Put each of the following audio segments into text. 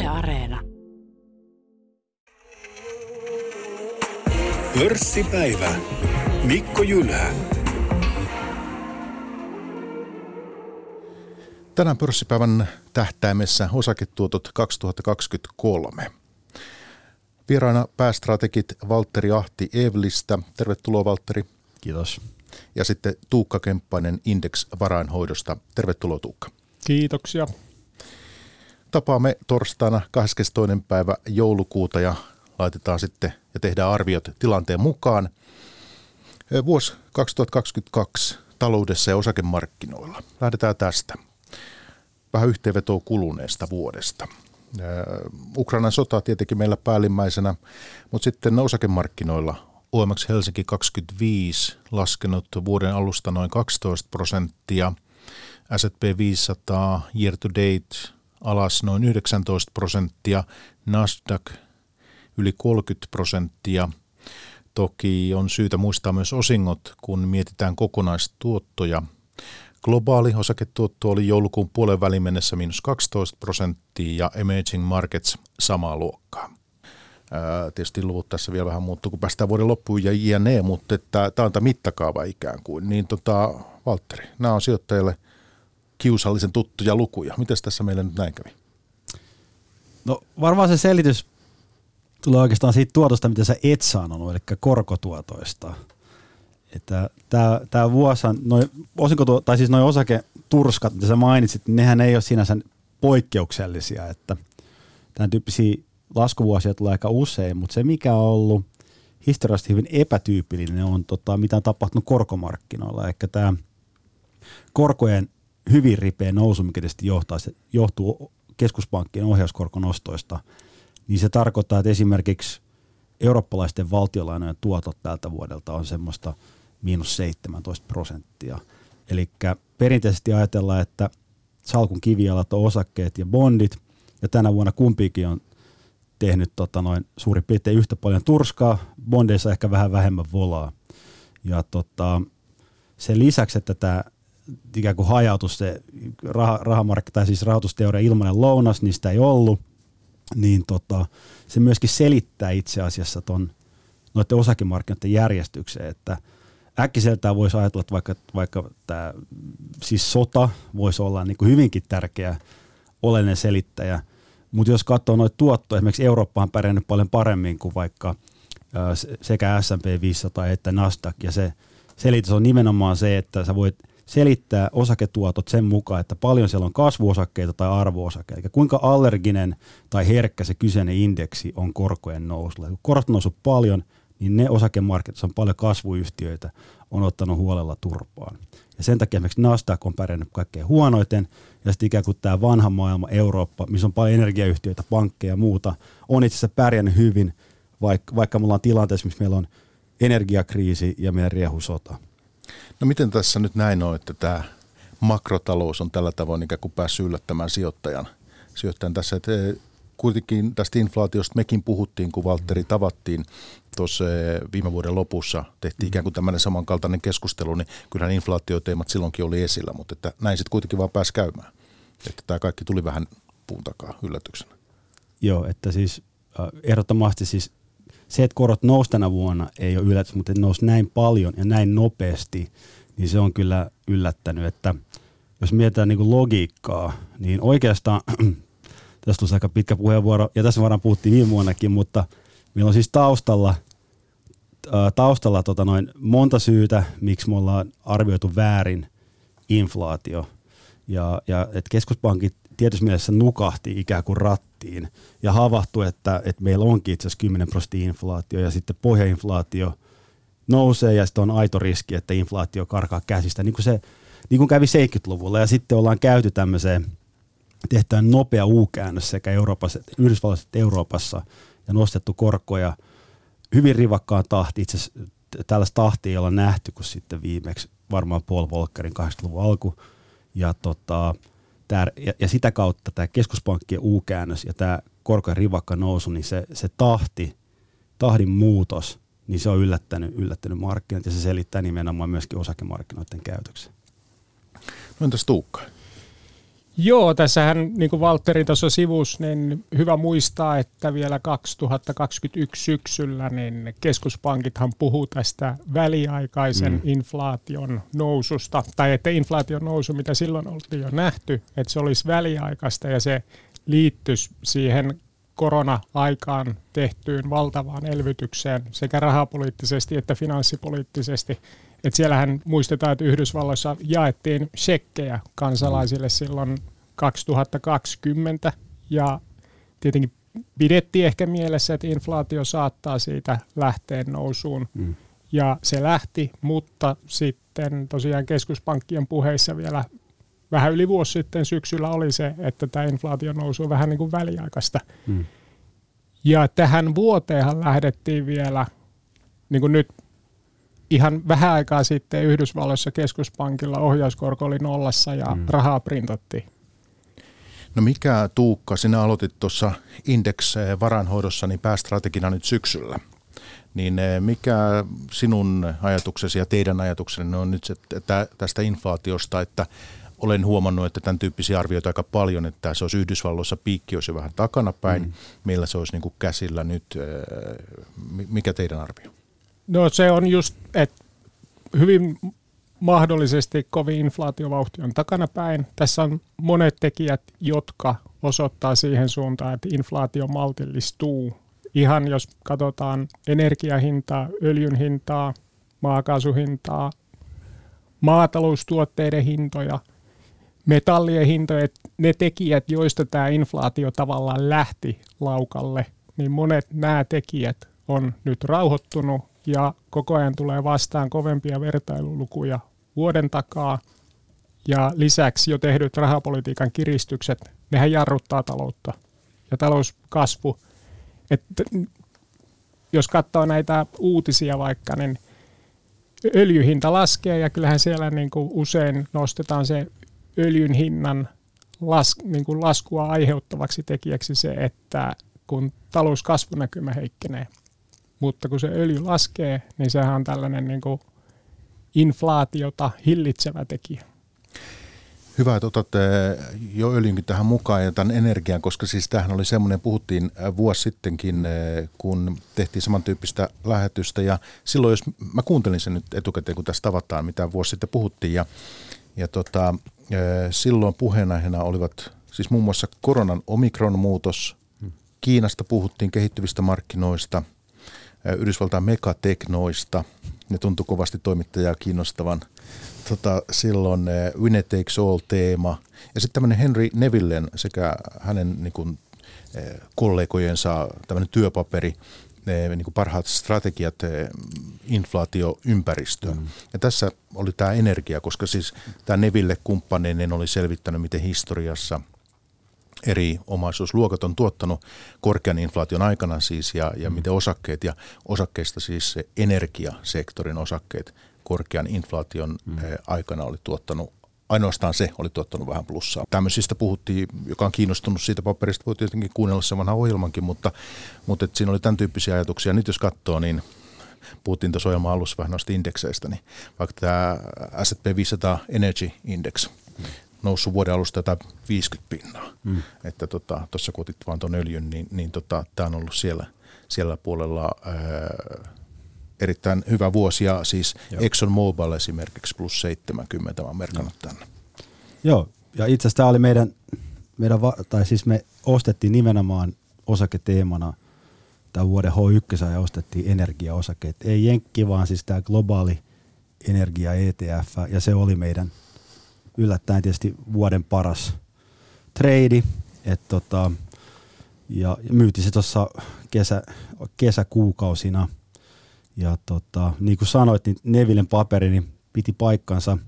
Yle Areena. Pörssipäivä. Mikko Jylhä. Tänään pörssipäivän tähtäimessä osaketuotot 2023. Vieraana päästrategit Valtteri Ahti Evlistä. Tervetuloa Valtteri. Kiitos. Ja sitten Tuukka Kemppainen Index-varainhoidosta. Tervetuloa Tuukka. Kiitoksia. Tapaamme torstaina 22. päivä joulukuuta ja laitetaan sitten ja tehdään arviot tilanteen mukaan. Vuosi 2022 taloudessa ja osakemarkkinoilla. Lähdetään tästä. Vähän yhteenvetoa kuluneesta vuodesta. Ukrainan sota tietenkin meillä päällimmäisenä, mutta sitten osakemarkkinoilla OMX Helsinki 25 laskenut vuoden alusta noin 12%, S&P 500 year to date alas noin 19%, Nasdaq yli 30%. Toki on syytä muistaa myös osingot, kun mietitään kokonaistuottoja. Globaali osaketuotto oli joulukuun puolen välin mennessä -12% ja Emerging Markets samaa luokkaa. Tietysti luvut tässä vielä vähän muuttuu, kun päästään vuoden loppuun ja jne, mutta tämä on tämä mittakaava ikään kuin. Niin Valtteri, nämä on sijoittajille kiusallisen tuttuja lukuja. Mites tässä meillä nyt näin kävi? No varmaan se selitys tulee oikeastaan siitä tuotosta, mitä sä et sanonut, eli korkotuotoista. Että tämä vuosi, noi osaketurskat, mitä sä mainitsit, niin nehän ei ole sinänsä poikkeuksellisia, että tämän tyyppisiä laskuvuosia tulee aika usein, mutta se mikä on ollut historiallisesti hyvin epätyypillinen on mitä on tapahtunut korkomarkkinoilla, eli tämä korkojen hyvin ripeä nousu, mikä tietysti johtuu keskuspankkien ohjauskorkonostoista, niin se tarkoittaa, että esimerkiksi eurooppalaisten valtiolainojen tuotot tältä vuodelta on semmoista -17%. Eli perinteisesti ajatellaan, että salkun kivijalat on osakkeet ja bondit, ja tänä vuonna kumpikin on tehnyt suurin piirtein yhtä paljon turskaa, bondeissa ehkä vähän vähemmän volaa. Ja sen lisäksi, että tämä ikään kuin hajautus, se siis rahoitusteoria ilmainen lounas, niin sitä ei ollut, niin se myöskin selittää itse asiassa noiden osakemarkkinoiden järjestykseen, että äkkiseltään voisi ajatella, että vaikka tämä siis sota voisi olla niin kuin hyvinkin tärkeä oleellinen selittäjä, mutta jos katsoo noita tuottoja, esimerkiksi Eurooppa on pärjännyt paljon paremmin kuin vaikka sekä S&P 500 että Nasdaq, ja se selitys on nimenomaan se, että sä voit selittää osaketuotot sen mukaan, että paljon siellä on kasvuosakkeita tai arvoosakkeita, eli kuinka allerginen tai herkkä se kyseinen indeksi on korkojen nousulle. Kun korot nousu paljon, niin ne osakemarkkinat on paljon kasvuyhtiöitä, on ottanut huolella turpaan. Ja sen takia esimerkiksi Nasdaq on pärjännyt kaikkein huonoiten, ja sitten ikään kuin tämä vanha maailma, Eurooppa, missä on paljon energiayhtiöitä, pankkeja ja muuta, on itse asiassa pärjännyt hyvin, vaikka me ollaan tilanteessa, missä meillä on energiakriisi ja meidän riehusota. No miten tässä nyt näin on, että tämä makrotalous on tällä tavoin ikään kuin päässyt yllättämään sijoittajan tässä, että kuitenkin tästä inflaatiosta mekin puhuttiin, kun Valtteri tavattiin tuossa viime vuoden lopussa, tehtiin ikään kuin tämmöinen samankaltainen keskustelu, niin kyllähän inflaatioteemat silloinkin oli esillä, mutta että näin sitten kuitenkin vaan pääsi käymään, että tämä kaikki tuli vähän puun takaa yllätyksenä. Joo, että siis ehdottomasti siis se, että korot nousi tänä vuonna ei ole yllätys, mutta että nousi näin paljon ja näin nopeasti, niin se on kyllä yllättänyt, että jos mietitään niin kuin logiikkaa, niin oikeastaan, tässä tuli aika pitkä puheenvuoro, ja tässä varmaan puhuttiin viime vuonnakin, mutta meillä on siis taustalla monta syytä, miksi me ollaan arvioitu väärin inflaatio, ja että keskuspankit tietyssä mielessä nukahti ikään kuin rattiin ja havahtui, että meillä onkin itse asiassa 10% inflaatio ja sitten pohjainflaatio nousee ja sitten on aito riski, että inflaatio karkaa käsistä, niin kuin kävi 70-luvulla, ja sitten ollaan käyty tämmöiseen, tehtävän nopea U-käännös sekä Euroopassa, Yhdysvalloissa että Euroopassa ja nostettu korkoja hyvin rivakkaan tahtiin, itse asiassa tällaista tahtia ei olla nähty kuin sitten viimeksi varmaan Paul Volckerin 80-luvun alku ja sitä kautta tämä keskuspankkien U-käännös ja tämä korkojen rivakka nousu, niin se tahdin muutos, niin se on yllättänyt markkinat ja se selittää nimenomaan myöskin osakemarkkinoiden käytöksen. No entäs Tuukka? Joo, tässähän niin kuin Valtteri tuossa sivusi, niin hyvä muistaa, että vielä 2021 syksyllä niin keskuspankithan puhuu tästä väliaikaisen inflaation noususta, tai että inflaation nousu, mitä silloin oltiin jo nähty, että se olisi väliaikaista ja se liittyisi siihen korona-aikaan tehtyyn valtavaan elvytykseen sekä rahapoliittisesti että finanssipoliittisesti. Että siellähän muistetaan, että Yhdysvalloissa jaettiin shekkejä kansalaisille silloin 2020 ja tietenkin pidettiin ehkä mielessä, että inflaatio saattaa siitä lähteä nousuun. Ja se lähti, mutta sitten tosiaan keskuspankkien puheissa vielä vähän yli vuosi sitten syksyllä oli se, että tämä inflaation nousu on vähän niin kuin väliaikaista. Ja tähän vuoteenhan lähdettiin vielä, niin kuin nyt ihan vähän aikaa sitten Yhdysvalloissa keskuspankilla ohjauskorko oli nollassa ja rahaa printattiin. No mikä, Tuukka, sinä aloitit tuossa Index-varainhoidossa niin päästrategina nyt syksyllä. Niin mikä sinun ajatuksesi ja teidän ajatuksenne on nyt se, tästä inflaatiosta, että olen huomannut, että tämän tyyppisiä arvioita aika paljon, että se olisi Yhdysvalloissa piikki olisi vähän takanapäin, meillä se olisi niin kuin käsillä nyt. Mikä teidän arvio? No se on just, että hyvin mahdollisesti kovin inflaatiovauhti on takanapäin. Tässä on monet tekijät, jotka osoittaa siihen suuntaan, että inflaatio maltillistuu. Ihan jos katsotaan energiahintaa, öljyn hintaa, maakaasuhintaa, maataloustuotteiden hintoja, metallien hintoja, ne tekijät, joista tämä inflaatio tavallaan lähti laukalle, niin monet nämä tekijät on nyt rauhoittunut ja koko ajan tulee vastaan kovempia vertailulukuja vuoden takaa. Ja lisäksi jo tehdyt rahapolitiikan kiristykset, nehän jarruttaa taloutta ja talouskasvu. Että jos katsoo näitä uutisia vaikka, niin öljyhinta laskee ja kyllähän siellä niin kuin usein nostetaan se öljyn hinnan niin kuin laskua aiheuttavaksi tekijäksi se, että kun talouskasvunäkymä heikkenee. Mutta kun se öljy laskee, niin sehän on tällainen niin kuin inflaatiota hillitsevä tekijä. Hyvä, että otatte jo öljynkin tähän mukaan ja tämän energian, koska siis tämähän oli semmoinen, puhuttiin vuosi sittenkin, kun tehtiin samantyyppistä lähetystä ja silloin, jos mä kuuntelin sen nyt etukäteen, kun tässä tavataan, mitä vuosi sitten puhuttiin ja silloin puheenaiheena olivat siis muun muassa koronan omikron-muutos, Kiinasta puhuttiin kehittyvistä markkinoista, Yhdysvaltain megateknoista, ne tuntui kovasti toimittajaa kiinnostavan. Silloin winner takes all -teema ja sitten tämmöinen Henry Nevillen sekä hänen niin kuin, kollegojensa tämmöinen työpaperi, niin kuin parhaat strategiat inflaatioympäristöön. Ja tässä oli tämä energia, koska siis tämä Neville-kumppaneinen oli selvittänyt, miten historiassa eri omaisuusluokat on tuottanut korkean inflaation aikana siis ja miten osakkeet ja osakkeista siis se energiasektorin osakkeet korkean inflaation aikana oli tuottanut, ainoastaan se oli tuottanut vähän plussaa. Tämmöisistä puhuttiin, joka on kiinnostunut siitä paperista, voi tietenkin kuunnella sen vanhan ohjelmankin, mutta siinä oli tämän tyyppisiä ajatuksia. Nyt jos katsoo, niin puhuttiin tuossa ohjelman alussa vähän noista indekseistä, niin vaikka tämä S&P 500 Energy Index noussut vuoden alusta jotain 50%. Että tuossa kun otit vaan tuon öljyn, niin tämä on ollut siellä puolella erittäin hyvä vuosi ja siis Exxon Mobil esimerkiksi plus 70 on merkannut tänne. Joo, ja itse asiassa tämä oli me ostettiin nimenomaan osaketeemana tämän vuoden H1 ja ostettiin energiaosakeet. Ei jenkki, vaan siis tämä globaali energia ETF ja se oli meidän yllättäen tietysti vuoden paras trade, ja myytiin se tuossa kesäkuukausina. Ja niin kuin sanoit, niin Nevillen paperi niin piti paikkansa.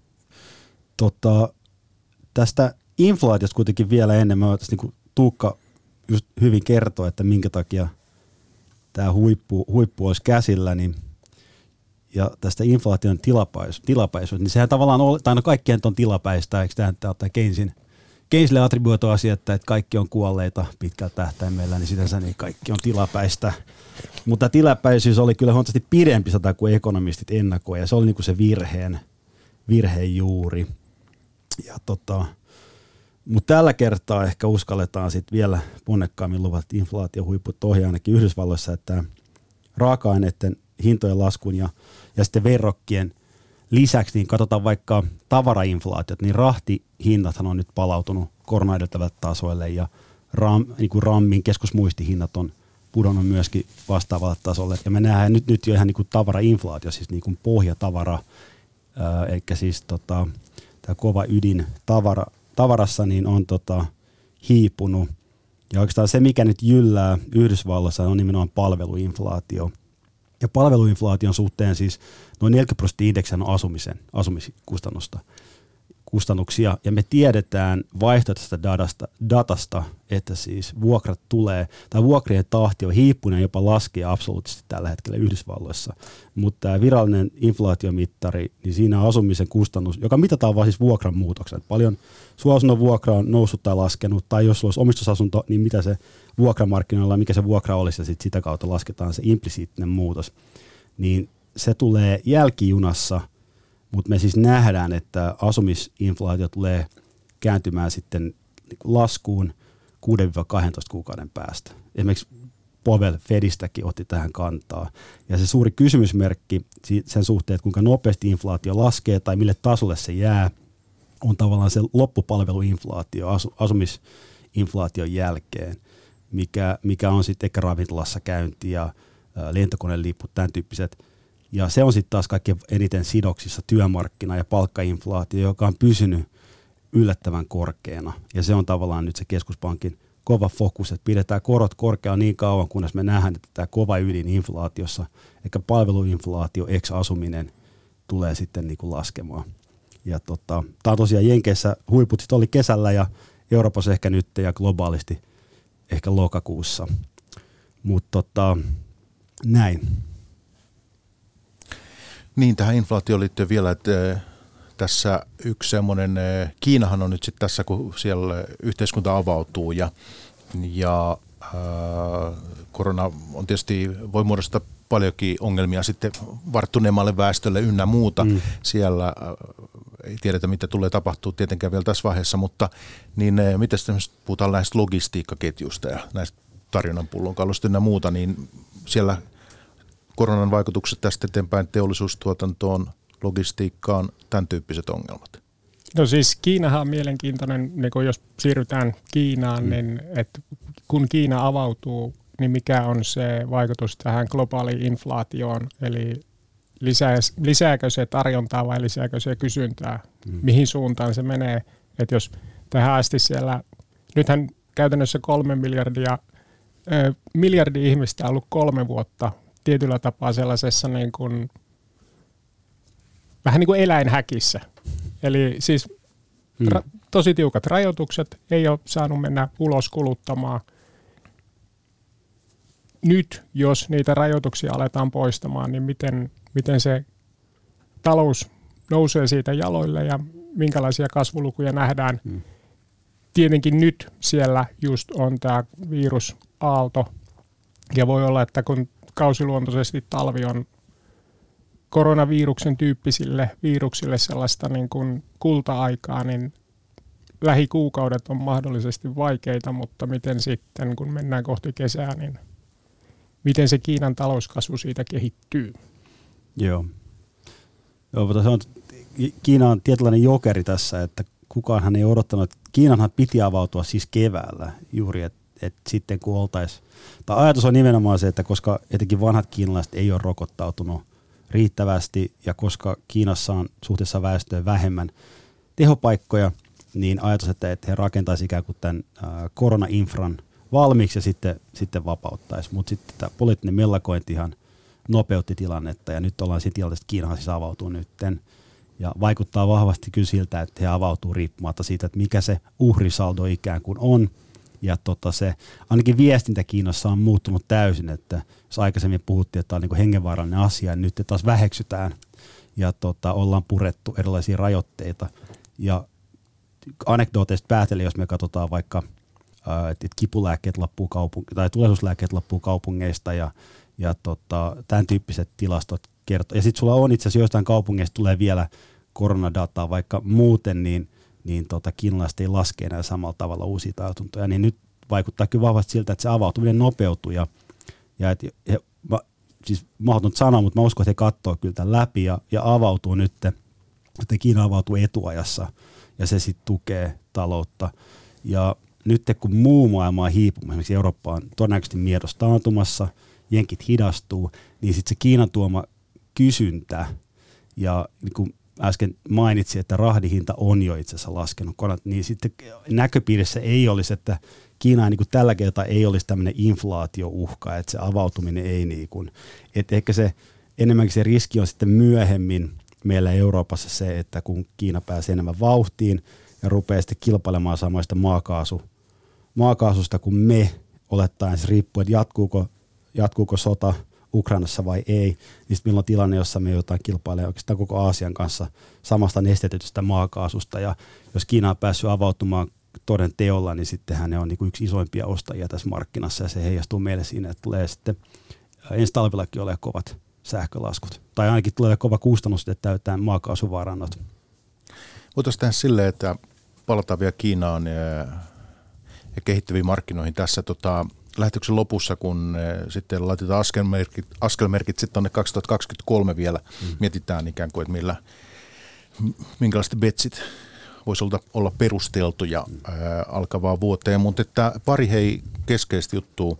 Tästä inflaatiosta kuitenkin vielä ennen, mä niin kuin Tuukka just hyvin kertoi, että minkä takia tämä huippu olisi käsillä, niin ja tästä inflaation tilapäisyys, niin sehän tavallaan on, tai no kaikkien on tilapäistä, eikö tämä Keynesille attribuoitu asia, että kaikki on kuolleita pitkällä tähtäimellä, niin sinänsä niin kaikki on tilapäistä. Mutta tilapäisyys oli kyllä huomattavasti pidempi sata kuin ekonomistit ennakoivat, ja se oli niin kuin se virheen juuri. Ja Mutta tällä kertaa ehkä uskalletaan sitten vielä ponnekkaammin luvata, että inflaatiohuiput ohjaa ainakin Yhdysvalloissa, että raaka-aineiden hintojen laskun ja sitten verrokkien lisäksi, niin katsotaan vaikka tavarainflaatiot, niin rahtihinnathan on nyt palautunut korona-edeltävät tasoille ja niin rammin keskusmuistihinnat on pudonnut myöskin vastaavalle tasolle. Ja me nähdään nyt jo ihan niin kuin tavarainflaatio, siis niin kuin pohjatavara, eli siis tämä kova ydin tavarassa niin on hiipunut. Ja oikeastaan se, mikä nyt jyllää Yhdysvalloissa, on nimenomaan palveluinflaatio. Ja palveluinflaation suhteen siis noin 40% indeksi on asumiskustannuksia. Ja me tiedetään vaihtoehtoisesta datasta, että siis vuokrat tulee, tai vuokrien tahti on hiippunut ja jopa laskee absoluuttisesti tällä hetkellä Yhdysvalloissa. Mutta tämä virallinen inflaatiomittari, niin siinä on asumisen kustannus, joka mitataan vaan siis vuokran muutoksen. Paljon sun asunnon vuokra on noussut tai laskenut, tai jos sulla olisi omistusasunto, niin mitä se vuokramarkkinoilla, mikä se vuokra olisi, ja sit sitä kautta lasketaan se implisiittinen muutos. Niin se tulee jälkijunassa, mutta me siis nähdään, että asumisinflaatio tulee kääntymään sitten laskuun 6-12 kuukauden päästä. Esimerkiksi Powell Fedistäkin otti tähän kantaa. Ja se suuri kysymysmerkki sen suhteen, että kuinka nopeasti inflaatio laskee tai mille tasolle se jää, on tavallaan se loppupalveluinflaatio asumisinflaation jälkeen, mikä on sitten ehkä ravintolassa käynti ja lentokoneliput, tämän tyyppiset. Ja se on sitten taas kaikkein eniten sidoksissa työmarkkina- ja palkkainflaatio, joka on pysynyt yllättävän korkeana. Ja se on tavallaan nyt se keskuspankin kova fokus, että pidetään korot korkealla niin kauan, kunnes me nähdään, että tämä kova ydin inflaatiossa, eikä palveluinflaatio, ex-asuminen, tulee sitten niin kuin laskemaan. Ja tämä on tosiaan Jenkeissä huiput sitten oli kesällä ja Euroopassa ehkä nyt ja globaalisti ehkä lokakuussa. Mutta näin. Niin, tähän inflaatioon liittyen vielä, että tässä yksi semmoinen, Kiinahan on nyt sitten tässä, kun siellä yhteiskunta avautuu ja korona on tietysti, voi muodostaa paljonkin ongelmia sitten varttuneemmalle väestölle ynnä muuta. Siellä ei tiedetä, mitä tulee tapahtuu tietenkään vielä tässä vaiheessa, mutta niin miten puhutaan näistä logistiikkaketjusta ja näistä tarjonnan pullonkauloista ynnä muuta, niin siellä koronan vaikutukset tästä eteenpäin teollisuustuotantoon, logistiikkaan, tämän tyyppiset ongelmat? No siis Kiinahan on mielenkiintoinen, niin kun jos siirrytään Kiinaan, niin että kun Kiina avautuu, niin mikä on se vaikutus tähän globaaliin inflaatioon, eli lisääkö se tarjontaa vai lisääkö se kysyntää, mihin suuntaan se menee, että jos tähän asti siellä, nythän käytännössä 3 miljardia ihmistä on ollut 3 vuotta tietyllä tapaa sellaisessa niin kuin, vähän niin kuin eläinhäkissä. Eli siis tosi tiukat rajoitukset, ei ole saanut mennä ulos kuluttamaan. Nyt, jos niitä rajoituksia aletaan poistamaan, niin miten se talous nousee siitä jaloille ja minkälaisia kasvulukuja nähdään. Tietenkin nyt siellä just on tämä virusaalto ja voi olla, että kun kausiluontoisesti talvi on koronaviruksen tyyppisille viruksille sellaista niin kuin kulta-aikaa, niin lähikuukaudet on mahdollisesti vaikeita, mutta miten sitten, kun mennään kohti kesää, niin miten se Kiinan talouskasvu siitä kehittyy? Joo, mutta se on, Kiina on tietynlainen jokeri tässä, että kukaanhan ei odottanut, Kiinanhan piti avautua siis keväällä juuri, että sitten kun oltaisiin, tai ajatus on nimenomaan se, että koska etenkin vanhat kiinalaiset ei ole rokottautunut riittävästi ja koska Kiinassa on suhteessa väestöön vähemmän tehopaikkoja, niin ajatus, että he rakentaisivat ikään kuin tämän koronainfran valmiiksi ja sitten vapauttaisi. Mutta sitten tämä poliittinen mellakointihan nopeutti tilannetta ja nyt ollaan siinä tilanteessa, että Kiinahan siis avautuu nytten. Ja vaikuttaa vahvasti kyllä siltä, että he avautuu riippumatta siitä, että mikä se uhrisaldo ikään kuin on. Ja se, ainakin viestintä Kiinassa on muuttunut täysin, että jos aikaisemmin puhuttiin, että tämä on niin kuin hengenvaarallinen asia, niin nyt taas väheksytään ja ollaan purettu erilaisia rajoitteita. Ja anekdooteista päätellen, jos me katsotaan vaikka, että kipulääkkeet loppuu tai tulehdus-lääkkeet loppuu kaupungeista ja tämän tyyppiset tilastot kertoo. Ja sitten sulla on itse asiassa joistain kaupungeista tulee vielä koronadataa, vaikka muuten niin niin kiinalaiset ei laske enää samalla tavalla uusia tartuntoja, niin nyt vaikuttaa kyllä vahvasti siltä, että se avautuminen nopeutuu ja siis mahdoton sanoa, mutta mä uskon, että he katsoo kyllä tämän läpi ja avautuu nyt, että Kiina avautuu etuajassa ja se sitten tukee taloutta. Ja nyt kun muu maailma on hiipumassa, esimerkiksi Eurooppa on todennäköisesti miedossa taantumassa, jenkit hidastuu, niin sitten se Kiinan tuoma kysyntä ja niin kuin äsken mainitsin, että rahdihinta on jo itse asiassa laskenut, niin sitten näköpiirissä ei olisi, että Kiina niin kuin tällä kertaa ei olisi tämmöinen inflaatiouhka, että se avautuminen ei niin kuin, että ehkä se enemmänkin se riski on sitten myöhemmin meillä Euroopassa se, että kun Kiina pääsee enemmän vauhtiin ja rupeaa sitten kilpailemaan samoista maakaasusta kuin me olettaen, siis riippuu, että jatkuuko sota Ukrainassa vai ei, niin sitten meillä on tilanne, jossa me joudutaan kilpailemaan oikeastaan koko Aasian kanssa samasta nestetetystä maakaasusta, ja jos Kiina on päässyt avautumaan toden teolla, niin sittenhän ne on niin kuin yksi isoimpia ostajia tässä markkinassa, ja se heijastuu meille siinä, että tulee sitten ensi talvillakin olemaan kovat sähkölaskut, tai ainakin tulee kova kustannus, että täytetään maakaasuvarannot. Voitaisiin tehdä silleen, että palataan vielä Kiinaan ja kehittyviin markkinoihin tässä lähetyksen lopussa, kun sitten laitetaan askelmerkit sitten tuonne 2023 vielä, mietitään ikään kuin, että minkälaiset betsit voisi olla perusteltuja alkavaa vuoteen, mutta että pari keskeistä juttua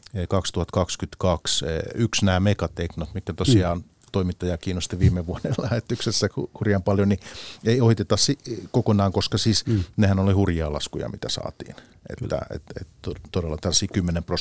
2022. Yksi nämä megateknot, mitkä tosiaan toimittaja kiinnosti viime vuoden lähetyksessä hurjan paljon, niin ei ohiteta kokonaan, koska siis nehän oli hurjaa laskuja, mitä saatiin. Että todella tällaisia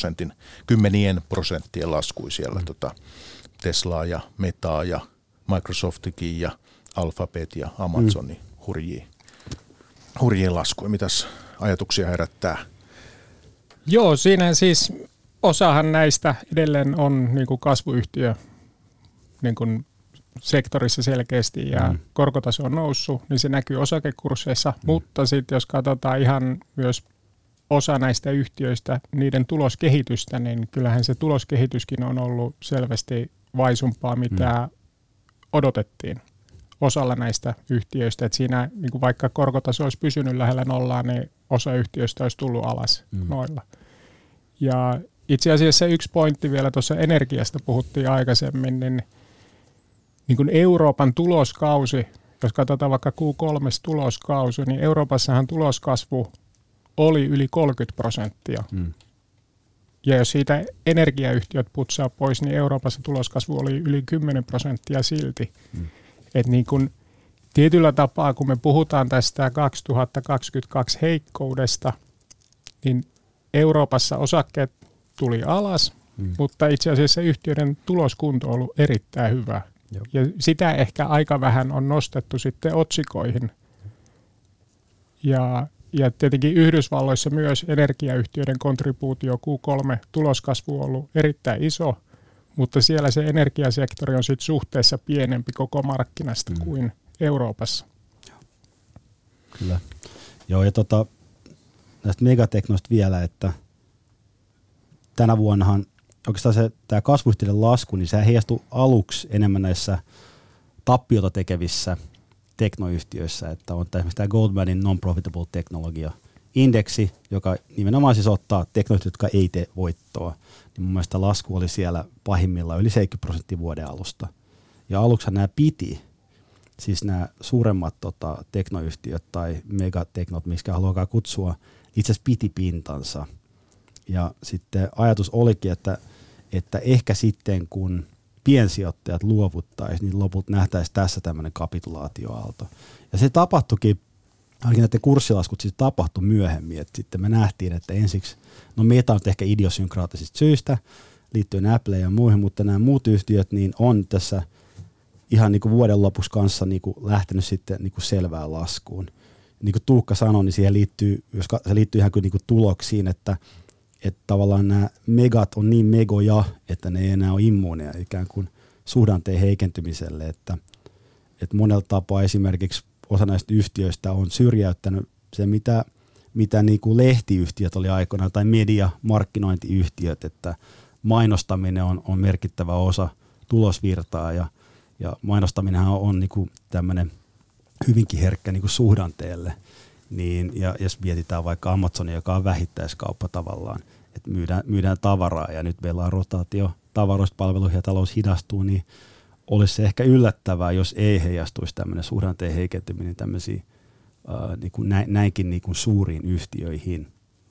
10% laskuja siellä Teslaa ja Metaa ja Microsoftikin ja Alphabet ja Amazoni hurjia laskuja. Mitäs ajatuksia herättää? Joo, siinä siis osahan näistä edelleen on niin kuin kasvuyhtiö niin kuin sektorissa selkeästi ja korkotaso on noussut, niin se näkyy osakekursseissa, mutta sitten jos katsotaan ihan myös osa näistä yhtiöistä, niiden tuloskehitystä, niin kyllähän se tuloskehityskin on ollut selvästi vaisumpaa, mitä odotettiin osalla näistä yhtiöistä. Et siinä niin kuin vaikka korkotaso olisi pysynyt lähellä nollaa, niin osa yhtiöistä olisi tullut alas noilla. Ja itse asiassa yksi pointti vielä tuossa energiasta puhuttiin aikaisemmin, niin kuin Euroopan tuloskausi, jos katsotaan vaikka Q3-tuloskausi, niin Euroopassahan tuloskasvu oli yli 30%. Ja jos siitä energiayhtiöt putsaa pois, niin Euroopassa tuloskasvu oli yli 10% silti. Että niin kuin tietyllä tapaa, kun me puhutaan tästä 2022 heikkoudesta, niin Euroopassa osakkeet tuli alas, mutta itse asiassa yhtiöiden tuloskunto on ollut erittäin hyvä. Joo. Ja sitä ehkä aika vähän on nostettu sitten otsikoihin. Ja tietenkin Yhdysvalloissa myös energiayhtiöiden kontribuutio Q3-tuloskasvu on ollut erittäin iso, mutta siellä se energiasektori on sitten suhteessa pienempi koko markkinasta kuin Euroopassa. Kyllä. Joo, ja näistä megateknoista vielä, että tänä vuonnahan oikeastaan tämä kasvuyhtiöiden lasku, niin se heijastui aluksi enemmän näissä tappiota tekevissä teknoyhtiöissä, että on esimerkiksi tämä Goldmanin Non-Profitable Technologia-indeksi, joka nimenomaan siis ottaa teknoyhtiöt, jotka ei tee voittoa. Niin mun mielestä lasku oli siellä pahimmillaan yli 70% vuoden alusta. Ja aluksihan nämä piti, siis nämä suuremmat teknoyhtiöt tai megateknot, miksi haluakaan kutsua, itse asiassa piti pintansa. Ja sitten ajatus olikin, että ehkä sitten kun piensijoittajat luovuttaisiin, niin lopulta nähtäisiin tässä tämmöinen kapitulaatioaalto. Ja se tapahtuikin, ainakin näiden kurssilaskut siis tapahtui myöhemmin, että sitten me nähtiin, että ensiksi, no Meta on ehkä idiosynkraattisista syistä, liittyen Appleen ja muihin, mutta nämä muut yhtiöt niin on tässä ihan niin kuin vuoden lopussa kanssa niin kuin lähtenyt sitten niin kuin selvään laskuun. Niin kuin Tuukka sanoi, niin siihen liittyy, se liittyy ihan niin kuin tuloksiin, että tavallaan nämä megat on niin megoja, että ne ei enää ole immuuneja ikään kuin suhdanteen heikentymiselle, että monella tapaa esimerkiksi osa näistä yhtiöistä on syrjäyttänyt se, mitä niin kuin lehtiyhtiöt oli aikoinaan, tai mediamarkkinointiyhtiöt, että mainostaminen on merkittävä osa tulosvirtaa, ja mainostaminenhan on niin kuin tämmöinen hyvinkin herkkä niin kuin suhdanteelle. niin, ja jos mietitään vaikka Amazonia, joka on vähittäiskauppa tavallaan, että myydään tavaraa ja nyt meillä on rotaatio tavaroista palveluihin ja talous hidastuu, niin olisi se ehkä yllättävää, jos ei heijastuisi tämmöinen suhdanteen heikentyminen tämmöisiin näinkin niin kuin suuriin yhtiöihin.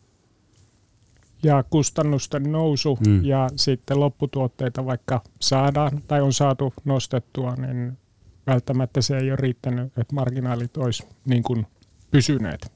Ja kustannusten nousu ja sitten lopputuotteita vaikka saadaan tai on saatu nostettua, niin välttämättä se ei ole riittänyt, että marginaalit olisi niin kuin pysyneet.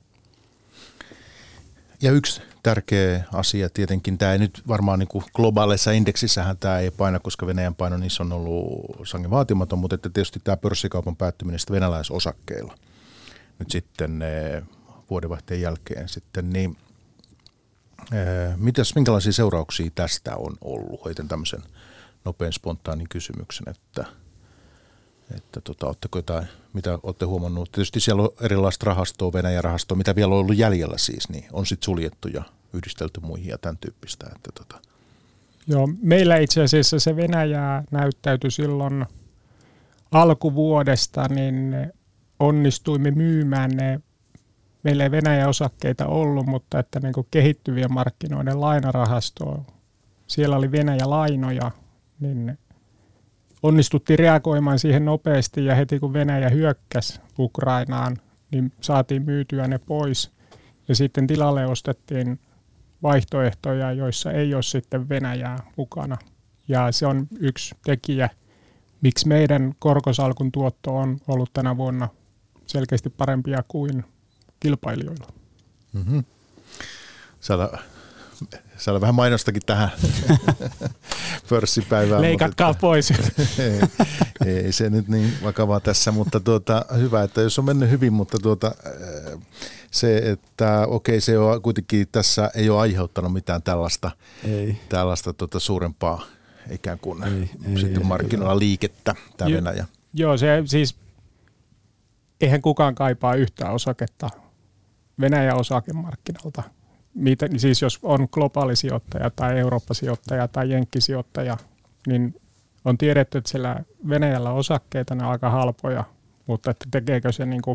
Ja yksi tärkeä asia tietenkin, tämä ei nyt varmaan niin kuin globaaleissa indeksissähän tämä ei paina, koska Venäjän paino niissä on ollut sangen vaatimaton, mutta että tietysti tämä pörssikaupan päättyminen sitten venäläisosakkeilla nyt sitten vuodenvaihteen jälkeen sitten, niin minkälaisia seurauksia tästä on ollut? Heitän tämmöisen nopean spontaanin kysymyksen, että oletteko jotain, mitä olette huomannut? Tietysti siellä on erilaista rahastoa, Venäjän rahastoa, mitä vielä on ollut jäljellä siis, niin on sitten suljettu ja yhdistelty muihin ja tämän tyyppistä. Joo, meillä itse asiassa se Venäjä näyttäytyi silloin alkuvuodesta, niin onnistuimme myymään ne. Meillä ei Venäjän osakkeita ollut, mutta että niin kuin kehittyvien markkinoiden lainarahastoa, siellä oli Venäjän lainoja, niin onnistuttiin reagoimaan siihen nopeasti ja heti kun Venäjä hyökkäsi Ukrainaan, niin saatiin myytyä ne pois. Ja sitten tilalle ostettiin vaihtoehtoja, joissa ei ole sitten Venäjää mukana. Ja se on yksi tekijä, miksi meidän korkosalkun tuotto on ollut tänä vuonna selkeästi parempia kuin kilpailijoilla. Mm-hmm. Saada vähän mainostakin tähän pörssipäivään. Leikatkaa pois. Ei se nyt niin vakavaa tässä, mutta hyvä, että jos on mennyt hyvin, mutta se, että okei, se on kuitenkin tässä ei ole aiheuttanut mitään tällaista suurempaa ikään kuin sitten markkinoilla liikettä, tämä Venäjä. Joo, se siis eihän kukaan kaipaa yhtään osaketta Venäjän osakemarkkinalta. Siis jos on globaali sijoittaja tai Eurooppa-sijoittaja tai jenkkisijoittaja, niin on tiedetty, että siellä Venäjällä osakkeita, ne on aika halpoja, mutta että tekeekö se niin kuin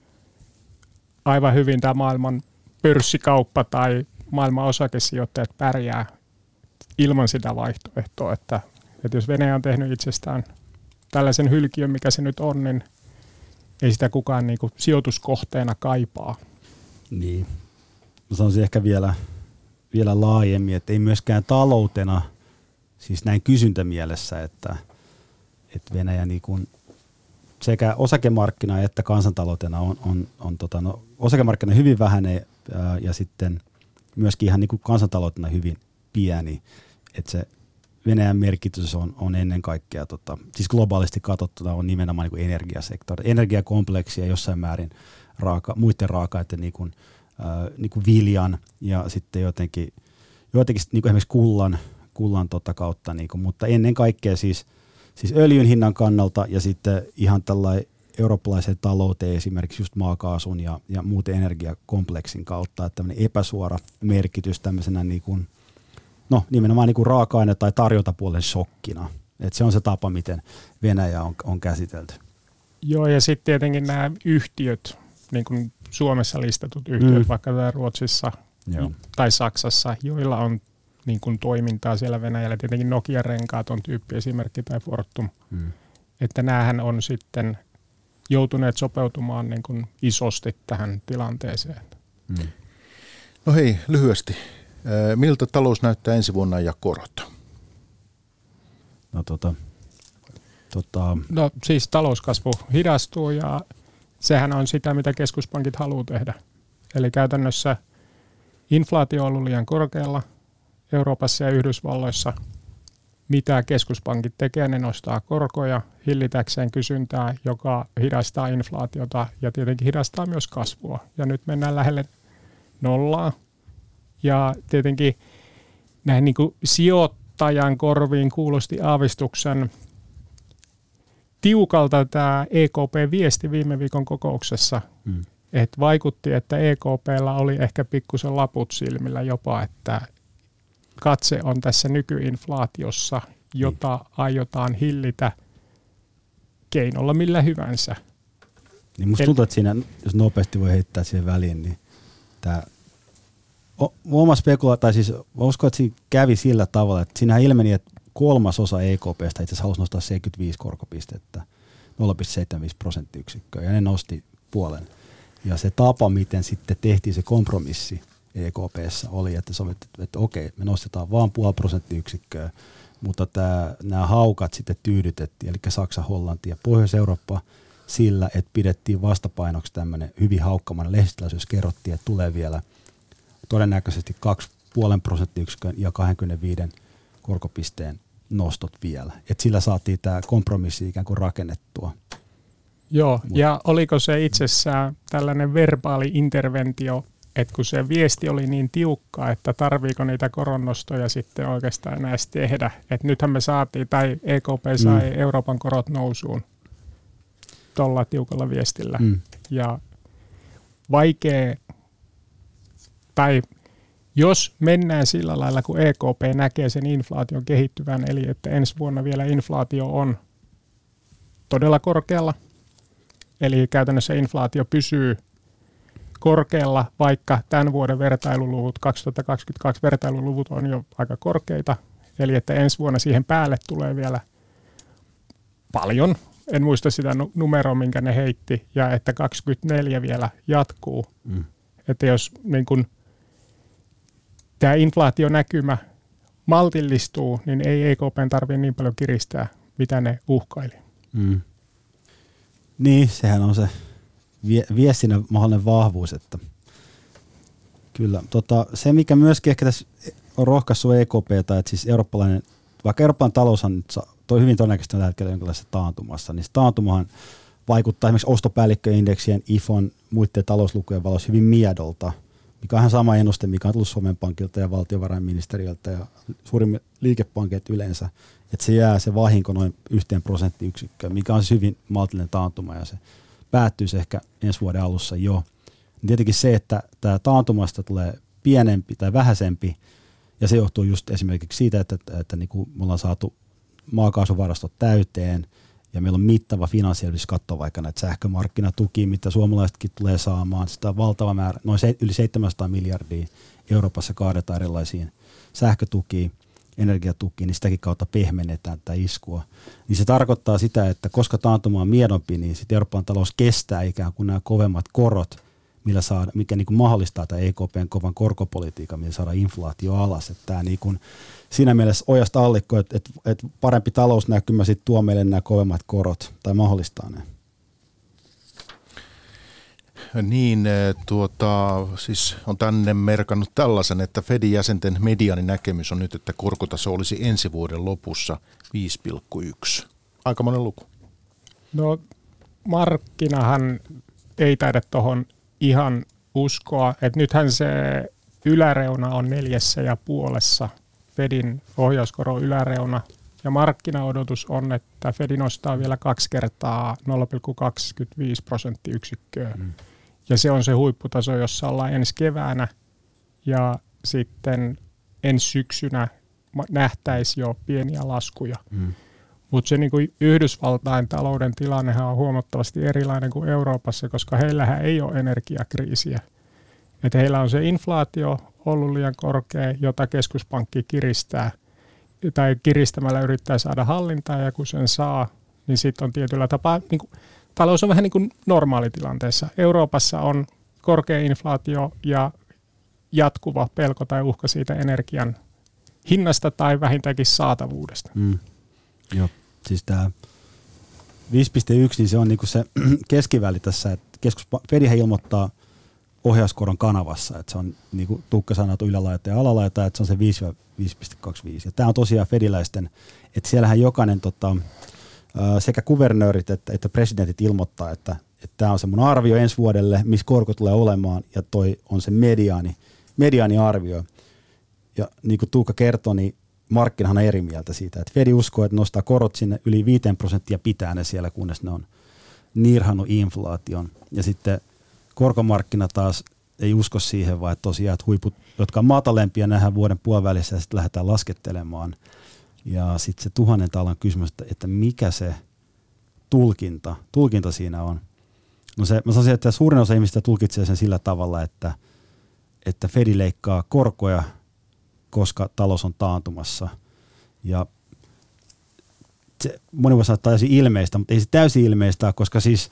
aivan hyvin tämä maailman pörssikauppa tai maailman osakesijoittajat pärjää ilman sitä vaihtoehtoa, että jos Venäjä on tehnyt itsestään tällaisen hylkiön, mikä se nyt on, niin ei sitä kukaan niin kuin sijoituskohteena kaipaa. Niin. Mä sanoisin ehkä vielä laajemmin, että ei myöskään taloutena, siis näin kysyntämielessä, että Venäjä niin kuin sekä osakemarkkina että kansantaloutena on osakemarkkina hyvin vähäinen ja sitten myöskin ihan niin kuin kansantaloutena hyvin pieni, että se Venäjän merkitys on ennen kaikkea, siis globaalisti katsottuna on nimenomaan niin kuin energiasektori, energiakompleksia jossain määrin muiden raaka-aineiden niin kuin viljan ja sitten jotenkin niin kuin esimerkiksi kullan kautta, niin kuin, mutta ennen kaikkea siis öljyn hinnan kannalta ja sitten ihan tällainen eurooppalaiseen talouteen esimerkiksi just maakaasun ja muuten energiakompleksin kautta, että tämmöinen epäsuora merkitys tämmöisenä niin kuin, nimenomaan niin kuin raaka-aine- tai tarjontapuolen shokkina. Että se on se tapa, miten Venäjä on käsitelty. Joo, ja sitten tietenkin nämä yhtiöt, niin kuin Suomessa listatut yhtiöt, vaikka Ruotsissa tai Saksassa, joilla on niin kuin toimintaa siellä Venäjällä. Tietenkin Nokia-renkaat on tyyppiesimerkki tai Fortum. Että näähän on sitten joutuneet sopeutumaan niin kuin isosti tähän tilanteeseen. No hei, lyhyesti. Miltä talous näyttää ensi vuonna ja korot? No siis talouskasvu hidastuu ja sehän on sitä, mitä keskuspankit haluaa tehdä. Eli käytännössä inflaatio on ollut liian korkealla Euroopassa ja Yhdysvalloissa. Mitä keskuspankit tekee, ne nostaa korkoja hillitäkseen kysyntää, joka hidastaa inflaatiota ja tietenkin hidastaa myös kasvua. Ja nyt mennään lähelle nollaa. Ja tietenkin näin niin kuin sijoittajan korviin kuulosti aavistuksen tiukalta tämä EKP-viesti viime viikon kokouksessa. Että vaikutti, että EKP:llä oli ehkä pikkusen laput silmillä jopa, että katse on tässä nykyinflaatiossa, jota aiotaan hillitä keinolla millä hyvänsä. Niin musta tuntuu, että siinä, jos nopeasti voi heittää siihen väliin, niin tämä oma spekulaatio, tai siis uskon, että siinä kävi sillä tavalla, että siinä ilmeni, että 1/3 EKP:stä itse asiassa halusi nostaa 75 korkopistettä, 0,75%, ja ne nosti puolen. Ja se tapa, miten sitten tehtiin se kompromissi EKP:ssä oli, että sovittiin, että okei, me nostetaan vaan 0,5%, mutta nämä haukat sitten tyydytettiin, eli Saksa, Hollanti ja Pohjois-Eurooppa sillä, että pidettiin vastapainoksi tämmöinen hyvin haukkamainen lehdistötilaisuus, jos kerrottiin, että tulee vielä todennäköisesti 2,5% ja 25 korkopisteen nostot vielä. Et sillä saatiin tämä kompromissi ikään kuin rakennettua. Joo, ja oliko se itsessään tällainen verbaali interventio, että kun se viesti oli niin tiukka, että tarviiko niitä koronnostoja sitten oikeastaan enää tehdä. Että nythän me saatiin, tai EKP sai Euroopan korot nousuun tuolla tiukalla viestillä. Ja vaikea, tai jos mennään sillä lailla, kun EKP näkee sen inflaation kehittyvän, eli että ensi vuonna vielä inflaatio on todella korkealla, eli käytännössä inflaatio pysyy korkealla, vaikka tämän vuoden vertailuluvut, 2022 vertailuluvut on jo aika korkeita, eli että ensi vuonna siihen päälle tulee vielä paljon, en muista sitä numeroa, minkä ne heitti, ja että 2024 vielä jatkuu. Että jos niin kun tämä inflaationäkymä maltillistuu, niin ei EKP:n tarvitse niin paljon kiristää, mitä ne uhkaili. Niin, sehän on se viestinnän mahdollinen vahvuus. Että kyllä. Se, mikä myöskin ehkä tässä on rohkaissut EKP:tä, että siis eurooppalainen, vaikka Euroopan taloushan nyt toi hyvin todennäköisesti tällä hetkellä jonkinlaisessa taantumassa, niin se taantumahan vaikuttaa esimerkiksi ostopäällikköindeksien, IFON, muiden talouslukujen valossa hyvin miedolta, mikä on ihan sama ennuste, mikä on tullut Suomen Pankilta ja valtiovarainministeriöltä ja suurimmat liikepankit yleensä, että se jää se vahinko noin 1%, mikä on siis hyvin maltillinen taantuma ja se päättyisi ehkä ensi vuoden alussa jo. Tietenkin se, että tämä taantumasta tulee pienempi tai vähäisempi, ja se johtuu just esimerkiksi siitä, että niin kuin me ollaan saatu maakaasuvarastot täyteen, ja meillä on mittava finanssielvytys, katsoa vaikka näitä sähkömarkkinatukia, mitä suomalaisetkin tulee saamaan. Sitä on valtava määrä, noin yli 700 miljardia Euroopassa kaadetaan erilaisiin sähkötukiin, energiatukiin, niin sitäkin kautta pehmennetään tätä iskua. Niin se tarkoittaa sitä, että koska taantuma on miedompi, niin sitten Euroopan talous kestää ikään kuin nämä kovemmat korot, mikä niin kuin mahdollistaa tämä EKPn kovan korkopolitiikan, millä saadaan inflaatio alas. Että tämä niin kuin siinä mielessä ojasta allikko, että parempi talousnäkymä sitten tuo meille nämä kovemmat korot tai mahdollistaa ne. Niin, siis on tänne merkannut tällaisen, että Fedin jäsenten mediaaninäkemys on nyt, että korkotaso olisi ensi vuoden lopussa 5,1. Aikamoinen luku. No markkinahan ei taida tuohon ihan uskoa, että nythän se yläreuna on 4,5 Fedin ohjauskoron yläreuna, ja markkinaodotus on, että Fedi nostaa vielä 2 kertaa 0,25%. Ja se on se huipputaso, jossa ollaan ensi keväänä, ja sitten ensi syksynä nähtäisi jo pieniä laskuja. Mutta se niin kuin Yhdysvaltain talouden tilannehan on huomattavasti erilainen kuin Euroopassa, koska heillähän ei ole energiakriisiä. Et heillä on se inflaatio ollut liian korkea, jota keskuspankki kiristää, tai kiristämällä yrittää saada hallintaa, ja kun sen saa, niin sitten on tietyllä tapaa, niin kuin, talous on vähän niin kuin normaalitilanteessa. Euroopassa on korkea inflaatio ja jatkuva pelko tai uhka siitä energian hinnasta tai vähintäänkin saatavuudesta. Joo, siis tämä 5,1, niin se on niinku se keskiväli tässä, että Fedihän ilmoittaa ohjauskoron kanavassa, että se on niinku Tuukka sanoo ylälaita ja alalaita, että se on se 5,25. Ja tämä on tosiaan fediläisten, että siellähän jokainen sekä kuvernöörit että presidentit ilmoittaa, että tämä on se mun arvio ensi vuodelle, missä korko tulee olemaan, ja toi on se mediaaniarvio. Ja niin kuin Tuukka kertoi, niin markkinahan on eri mieltä siitä, että Fedi uskoo, että nostaa korot sinne yli 5% pitää ne siellä, kunnes ne on nirhannut inflaation. Ja sitten korkomarkkina taas ei usko siihen, vaan tosiaan, että huiput, jotka on matalempia, nähdään vuoden puolivälissä ja sitten lähdetään laskettelemaan. Ja sitten se 1000 talan kysymys, että mikä se tulkinta siinä on. No mä sanoisin, että suurin osa ihmistä tulkitsee sen sillä tavalla, että Fedi leikkaa korkoja, koska talous on taantumassa. Ja moni voi sanoa, että täysin ilmeistä, mutta ei se täysin ilmeistä, koska siis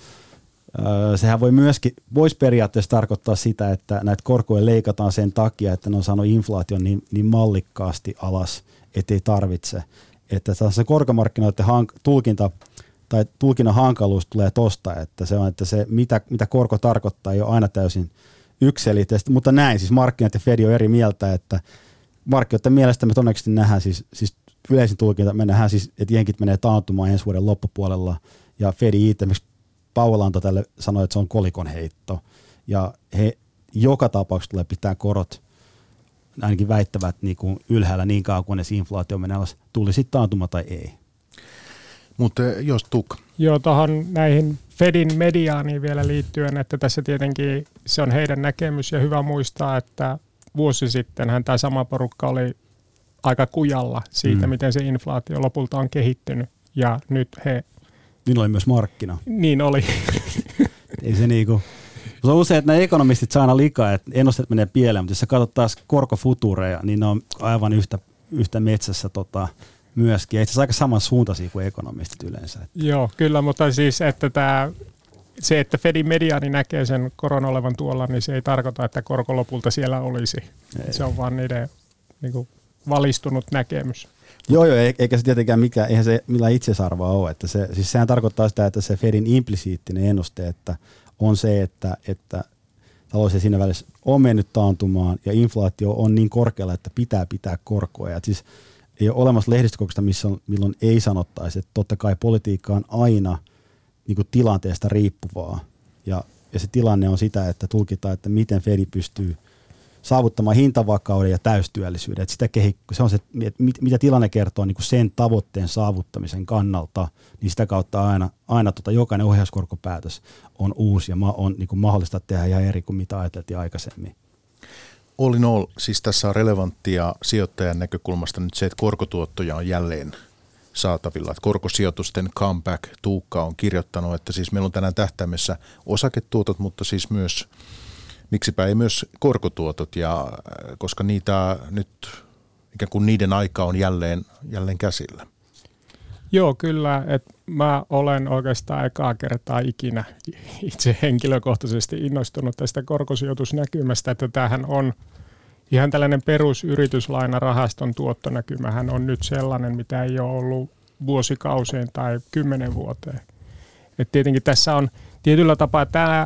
sehän voisi periaatteessa tarkoittaa sitä, että näitä korkoja leikataan sen takia, että ne on saanut inflaation niin mallikkaasti alas, ettei tarvitse. Että se korkomarkkinoiden tulkinta tai tulkinnan hankaluus tulee tosta, että se mitä korko tarkoittaa ei ole aina täysin yksiselitteistä, mutta näin, siis markkinat ja Fed on eri mieltä, että markkinoiden mielestä me todennäköisesti nähdään siis yleisin tulkinta, me nähdään siis, että jenkit menee taantumaan ensi vuoden loppupuolella ja Fed itse, esimerkiksi Powell antoi tälle sanoi, että se on kolikon heitto ja he joka tapauksessa tulee pitää korot, ainakin väittävät niin kuin ylhäällä niin kauan, kunnes inflaatio menee alas, tuli sitten taantuma tai ei. Mutta jos Tuukka. Joo, tuohon näihin Fedin mediaaniin vielä liittyen, että tässä tietenkin se on heidän näkemys ja hyvä muistaa, että vuosi sittenhän tämä sama porukka oli aika kujalla siitä, miten se inflaatio lopulta on kehittynyt ja nyt he... Niin oli myös markkina. Niin oli. Ei se niinku... Se on usein, että nämä ekonomistit saa aina liikaa, että ennusteet menee pieleen, mutta jos sä katsot taas korkofutureja, niin ne on aivan yhtä metsässä myöskin. Itse asiassa aika samansuuntaisia kuin ekonomistit yleensä. Joo, kyllä, mutta siis, että se, että Fedin mediaani näkee sen koron olevan tuolla, niin se ei tarkoita, että korko lopulta siellä olisi. Ei. Se on vaan niiden niin kuin valistunut näkemys. Joo, eikä se tietenkään eihän se millään itsesarvoa ole. Että sehän tarkoittaa sitä, että se Fedin implisiittinen ennuste, että on se, että talous siinä välissä on mennyt taantumaan ja inflaatio on niin korkealla, että pitää korkoja. Et siis ei ole olemassa lehdistökokeista, milloin ei sanottaisi, että totta kai politiikka on aina niin kuin tilanteesta riippuvaa. Ja se tilanne on sitä, että tulkitaan, että miten Fed pystyy saavuttamaan hintavakauden ja täystyöllisyyden. Että se on se, mitä tilanne kertoo niin kuin sen tavoitteen saavuttamisen kannalta, niin sitä kautta aina jokainen ohjauskorkopäätös on uusi ja on niin kuin mahdollista tehdä ihan eri kuin mitä ajateltiin aikaisemmin. All in all, siis tässä on relevanttia sijoittajan näkökulmasta nyt se, että korkotuottoja on jälleen saatavilla. Että korkosijoitusten comeback, Tuukka on kirjoittanut, että siis meillä on tänään tähtäimessä osaketuotot, mutta siis myös, miksipä ei myös korkotuotot, ja koska niitä nyt ikään kuin niiden aika on jälleen käsillä. Joo, kyllä. Että mä olen oikeastaan ekaa kertaa ikinä itse henkilökohtaisesti innostunut tästä korkosijoitusnäkymästä, että tämähän on ihan tällainen perusyrityslainarahaston tuottonäkymähän on nyt sellainen, mitä ei ole ollut vuosikausien tai 10 vuoteen. Et tietenkin tässä on tietyllä tapaa tämä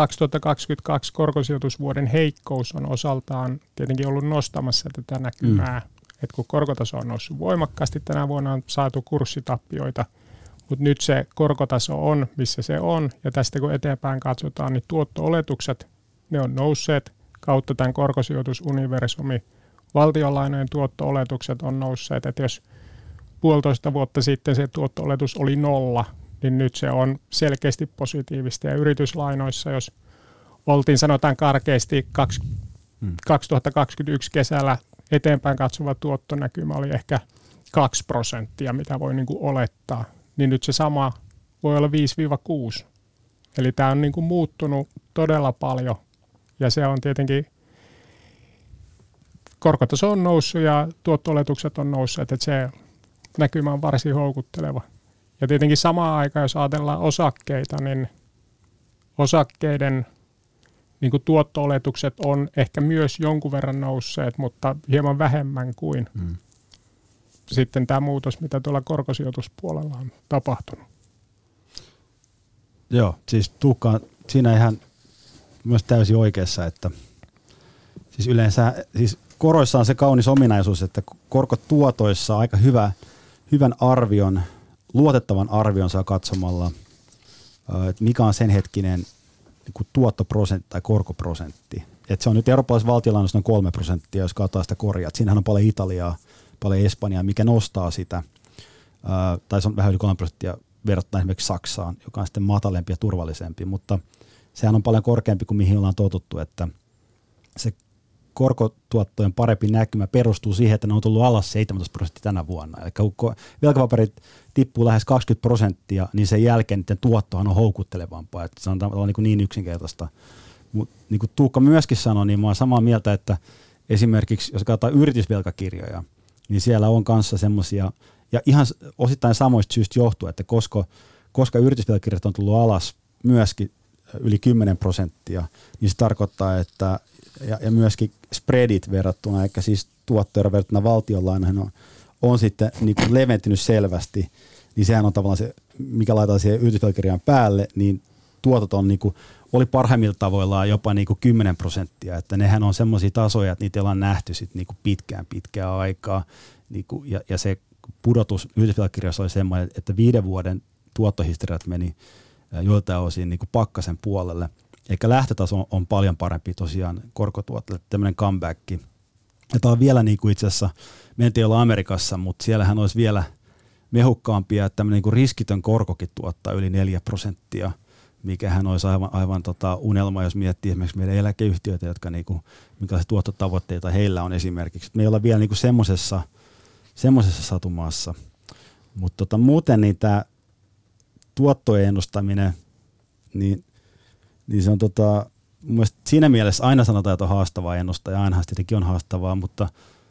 2022 korkosijoitusvuoden heikkous on osaltaan tietenkin ollut nostamassa tätä näkymää. Että kun korkotaso on noussut voimakkaasti, tänä vuonna on saatu kurssitappioita, mutta nyt se korkotaso on, missä se on, ja tästä kun eteenpäin katsotaan, niin tuotto-oletukset, ne on nousseet kautta tämän korkosijoitusuniversumi. Valtionlainojen tuotto-oletukset on nousseet, että jos 1,5 vuotta sitten se tuotto-oletus oli 0, niin nyt se on selkeästi positiivista, ja yrityslainoissa, jos oltiin sanotaan karkeasti 2021 kesällä, eteenpäin katsova tuottonäkymä oli ehkä 2%, mitä voi niin kuin olettaa, niin nyt se sama voi olla 5-6. Eli tämä on niin kuin muuttunut todella paljon, ja se on tietenkin, korkotaso on noussut ja tuotto-oletukset on nousseet, että se näkymä on varsin houkutteleva. Ja tietenkin samaan aikaan, jos ajatellaan osakkeita, niin osakkeiden niin kuin tuotto-oletukset on ehkä myös jonkun verran nousseet, mutta hieman vähemmän kuin sitten tämä muutos, mitä tuolla korkosijoituspuolella on tapahtunut. Joo, siis Tuukka on siinä ihan myös täysin oikeassa, että siis yleensä siis koroissa on se kaunis ominaisuus, että korkotuotoissa aika hyvän arvion, luotettavan arvion saa katsomalla, että mikä on sen hetkinen niin tuottoprosentti tai korkoprosentti. Et se on nyt eurooppalaisessa valtionlainoissa noin 3%, jos katsotaan sitä korjaa. Siinähän on paljon Italiaa, paljon Espanjaa, mikä nostaa sitä, tai se on vähän yli 3% verrattuna esimerkiksi Saksaan, joka on sitten matalempi ja turvallisempi, mutta sehän on paljon korkeampi kuin mihin ollaan totuttu, että se korkotuottojen parempi näkymä perustuu siihen, että ne on tullut alas 17% tänä vuonna. Eli kun velkapaperit tippuu lähes 20%, niin sen jälkeen niiden tuottohan on houkuttelevampaa. Että se on tavallaan niin yksinkertaista. Mutta niin kuin Tuukka myöskin sanoi, niin mä oon samaa mieltä, että esimerkiksi jos katsotaan yritysvelkakirjoja, niin siellä on kanssa semmoisia, ja ihan osittain samoista syystä johtuu, että koska yritysvelkakirjat on tullut alas myöskin yli 10%, niin se tarkoittaa, että ja myöskin spreadit verrattuna, eli siis tuottoja verrattuna valtionlainoihin on sitten niin kuin leventynyt selvästi, niin sehän on tavallaan se, mikä laitetaan siihen yritysvelkakirjaan päälle, niin tuotot on niin kuin, oli parhaimmilla tavoillaan jopa niin kuin 10%, että nehän on semmoisia tasoja, että niitä ollaan nähty sit niin kuin pitkään aikaa, niin kuin, ja se pudotus yritysvelkakirjassa oli semmoinen, että 5 vuoden tuottohistoriat meni joiltain osin niin kuin pakkasen puolelle. Eikä lähtötaso on paljon parempi tosiaan korkotuotteelle, tämmöinen comeback. Ja tämä on vielä niin kuin itse asiassa, me en olla Amerikassa, mutta siellähän olisi vielä mehukkaampia, että tämmöinen niin kuin riskitön korkokin tuottaa yli 4%, mikähän olisi aivan unelma, jos miettii esimerkiksi meidän eläkeyhtiöitä, jotka niin kuin, minkälaisia tuottotavoitteita heillä on esimerkiksi. Me ei olla vielä niin kuin semmoisessa satumaassa. Mutta muuten niin tämä tuottojen ennustaminen, niin se on mun mielestä siinä mielessä aina sanotaan, että on haastavaa ennustaa, ja ainahan tietenkin on haastavaa, mutta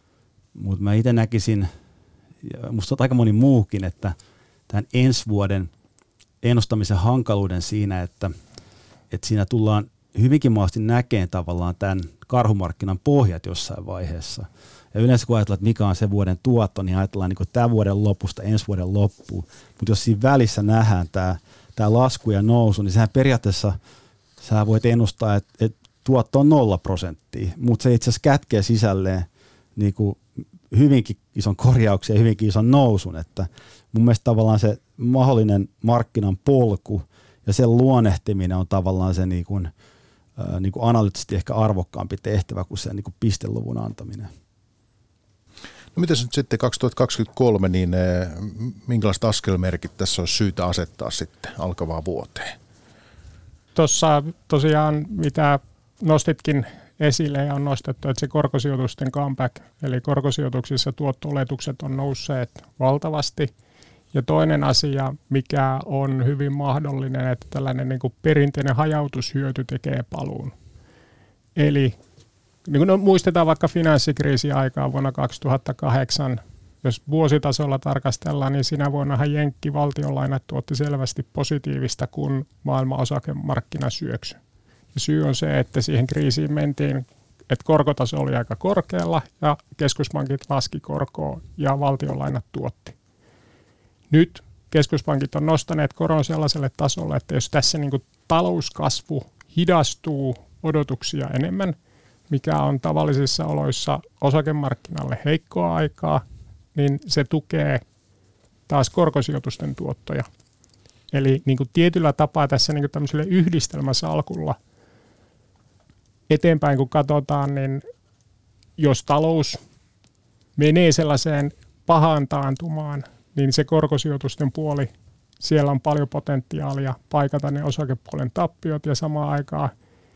mä itse näkisin, ja musta on aika moni muukin, että tämän ensi vuoden ennustamisen hankaluuden siinä, että siinä tullaan hyvinkin maasti näkemään tavallaan tämän karhumarkkinan pohjat jossain vaiheessa. Ja yleensä kun ajatellaan, että mikä on se vuoden tuotto, niin ajatellaan niin kuin tämän vuoden lopusta ensi vuoden loppuun. Mutta jos siinä välissä nähdään tämä lasku ja nousu, niin sehän periaatteessa sä voit ennustaa, että tuotto on 0%, mutta se itse asiassa kätkee sisälleen niin kuin hyvinkin ison korjauksen ja hyvinkin ison nousun. Että mun mielestä tavallaan se mahdollinen markkinan polku ja sen luonnehtiminen on tavallaan se niin kuin analyyttisesti ehkä arvokkaampi tehtävä kuin se niin kuin pisteluvun antaminen. No mitäs nyt sitten 2023, niin minkälaiset askelmerkit tässä olisi syytä asettaa sitten alkavaan vuoteen? Tuossa tosiaan, mitä nostitkin esille ja on nostettu, että se korkosijoitusten comeback, eli korkosijoituksissa tuotto-oletukset on nousseet valtavasti. Ja toinen asia, mikä on hyvin mahdollinen, että tällainen niin kuin perinteinen hajautushyöty tekee paluun. Eli niin kuin muistetaan vaikka finanssikriisiaikaa vuonna 2008, jos vuositasolla tarkastellaan, niin sinä vuonnahan Jenkki-valtionlainat tuotti selvästi positiivista, kun maailman osakemarkkina syöksyi. Ja syy on se, että siihen kriisiin mentiin, että korkotaso oli aika korkealla ja keskuspankit laski korkoa ja valtionlainat tuotti. Nyt keskuspankit on nostaneet koron sellaiselle tasolle, että jos tässä niin kuin talouskasvu hidastuu odotuksia enemmän, mikä on tavallisissa oloissa osakemarkkinalle heikkoa aikaa, niin se tukee taas korkosijoitusten tuottoja. Eli niin kuin tietyllä tapaa tässä niin kuin tämmöiselle yhdistelmäsalkulla eteenpäin kun katsotaan, niin jos talous menee sellaiseen pahaan taantumaan, niin se korkosijoitusten puoli, siellä on paljon potentiaalia paikata ne osakepuolen tappiot ja samaan aikaan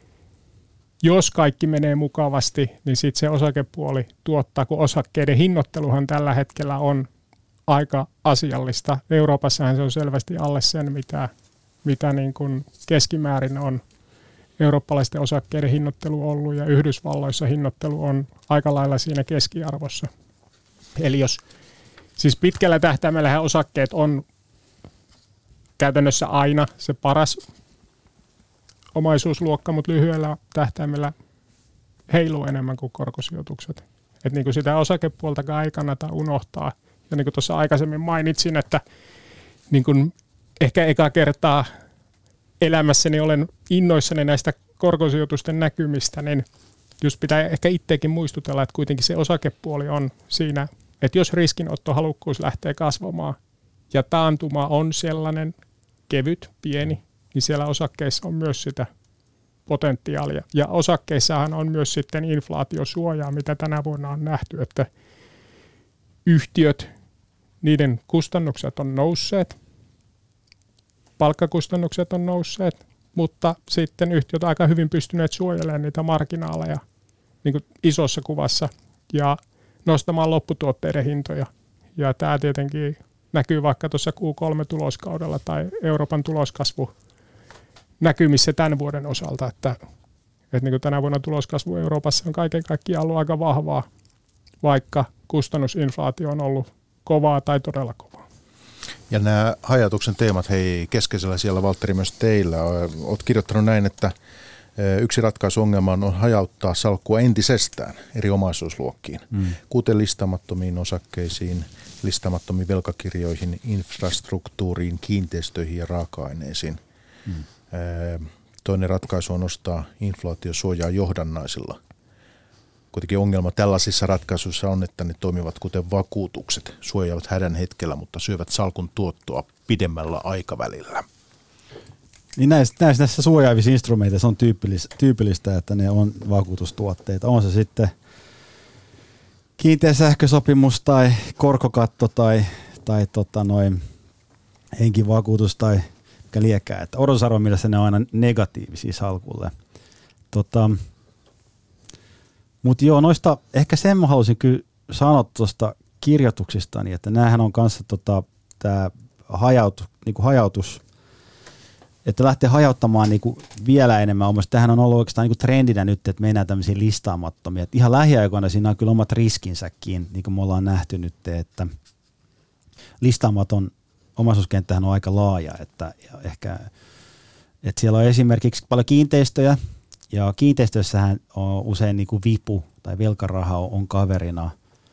jos kaikki menee mukavasti, niin sitten se osakepuoli tuottaa, kun osakkeiden hinnoitteluhan tällä hetkellä on aika asiallista. Euroopassahan se on selvästi alle sen, mitä niin kuin keskimäärin on eurooppalaisten osakkeiden hinnoittelu ollut, ja Yhdysvalloissa hinnoittelu on aika lailla siinä keskiarvossa. Eli jos siis pitkällä tähtäimellähän osakkeet on käytännössä aina se paras omaisuusluokka, mutta lyhyellä tähtäimellä heiluu enemmän kuin korkosijoitukset. Et niin kuin sitä osakepuoltakaan ei kannata unohtaa. Ja niin kuin tuossa aikaisemmin mainitsin, että niin kuin ehkä eka kertaa elämässäni olen innoissani näistä korkosijoitusten näkymistä, niin just pitää ehkä itsekin muistutella, että kuitenkin se osakepuoli on siinä, että jos riskinottohalukkuus lähtee kasvamaan ja taantuma on sellainen kevyt, pieni, niin siellä osakkeissa on myös sitä potentiaalia. Ja osakkeissahan on myös sitten inflaatiosuojaa, mitä tänä vuonna on nähty, että yhtiöt, niiden kustannukset on nousseet, palkkakustannukset on nousseet, mutta sitten yhtiöt aika hyvin pystyneet suojelemaan niitä marginaaleja niin kuin isossa kuvassa ja nostamaan lopputuotteiden hintoja. Ja tämä tietenkin näkyy vaikka tuossa Q3-tuloskaudella tai Euroopan tuloskasvu näkymissä tämän vuoden osalta, että niin kuin tänä vuonna tuloskasvu Euroopassa on kaiken kaikkiaan ollut aika vahvaa, vaikka kustannusinflaatio on ollut kovaa tai todella kovaa. Ja nämä hajautuksen teemat, hei, keskeisellä siellä Valtteri myös teillä. Olet kirjoittanut näin, että yksi ratkaisu ongelmaan on hajauttaa salkkua entisestään eri omaisuusluokkiin, kuten listaamattomiin osakkeisiin, listaamattomiin velkakirjoihin, infrastruktuuriin, kiinteistöihin ja raaka-aineisiin. Toinen ratkaisu on nostaa inflaatiosuojaa johdannaisilla. Kuitenkin ongelma tällaisissa ratkaisuissa on, että ne toimivat kuten vakuutukset, suojaavat hädän hetkellä, mutta syövät salkun tuottoa pidemmällä aikavälillä. Niin näissä suojaavissa instrumenteissa on tyypillistä, että ne on vakuutustuotteita. On se sitten kiinteä sähkösopimus tai korkokatto tai henkivakuutus tai mikä liekää. Että odotusarvo mielessä ne on aina negatiivisia salkulle. Mutta joo, noista ehkä sen mä haluaisin kyllä sanoa tuosta kirjoituksistani, että näähän on kanssa tämä hajautus, että lähtee hajauttamaan niinku vielä enemmän. Tämähän on ollut oikeastaan niinku trendinä nyt, että mennään tämmöisiä listaamattomia. Et ihan lähiaikoina siinä on kyllä omat riskinsäkin, niin kuin me ollaan nähty nyt, että listaamaton omaisuuskenttähän on aika laaja, että siellä on esimerkiksi paljon kiinteistöjä, ja kiinteistöissähän on usein niinku vipu tai velkaraha on kaverina.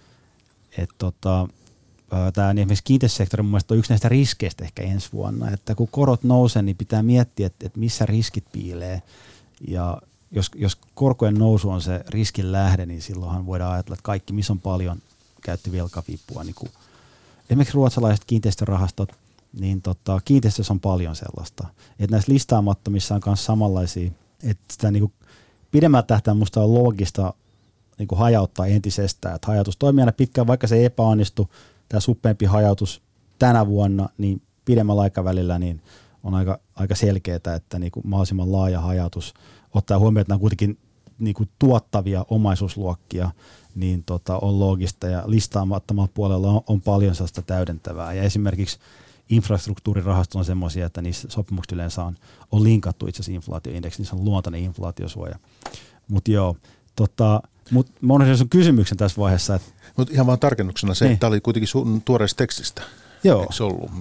Tämä esimerkiksi kiinteistösektori mun mielestä on yksi näistä riskeistä ehkä ensi vuonna, että kun korot nousee, niin pitää miettiä, että missä riskit piilee. Ja jos korkojen nousu on se riskin lähde, niin silloinhan voidaan ajatella, että kaikki, missä on paljon käytti velkavipua, niin kuin esimerkiksi ruotsalaiset kiinteistörahastot, niin kiinteistössä on paljon sellaista. Että näissä listaamattomissa on myös samanlaisia, että sitä niin kuin pidemmällä tähtäimellä musta on loogista niin kuin hajauttaa entisestään. Että hajautus toimii aina pitkään, vaikka se epäonnistui, tämä suppeampi hajautus tänä vuonna, niin pidemmällä aikavälillä niin on aika selkeää, että niin kuin mahdollisimman laaja hajautus ottaa huomioon, että nämä on kuitenkin niin kuin tuottavia omaisuusluokkia, niin on loogista ja listaamattomalla puolella on paljon sellaista täydentävää. Ja esimerkiksi infrastruktuurirahastot on semmoisia, että niissä sopimukset yleensä on linkattu itse asiassa inflaatioindeksi, niissä on luontainen inflaatiosuoja. Mutta joo, mä unohdin sun kysymyksen tässä vaiheessa. Mutta ihan vaan tarkennuksena se, että tämä oli kuitenkin sun tuoreesta tekstistä. Joo. Eikö se ollut,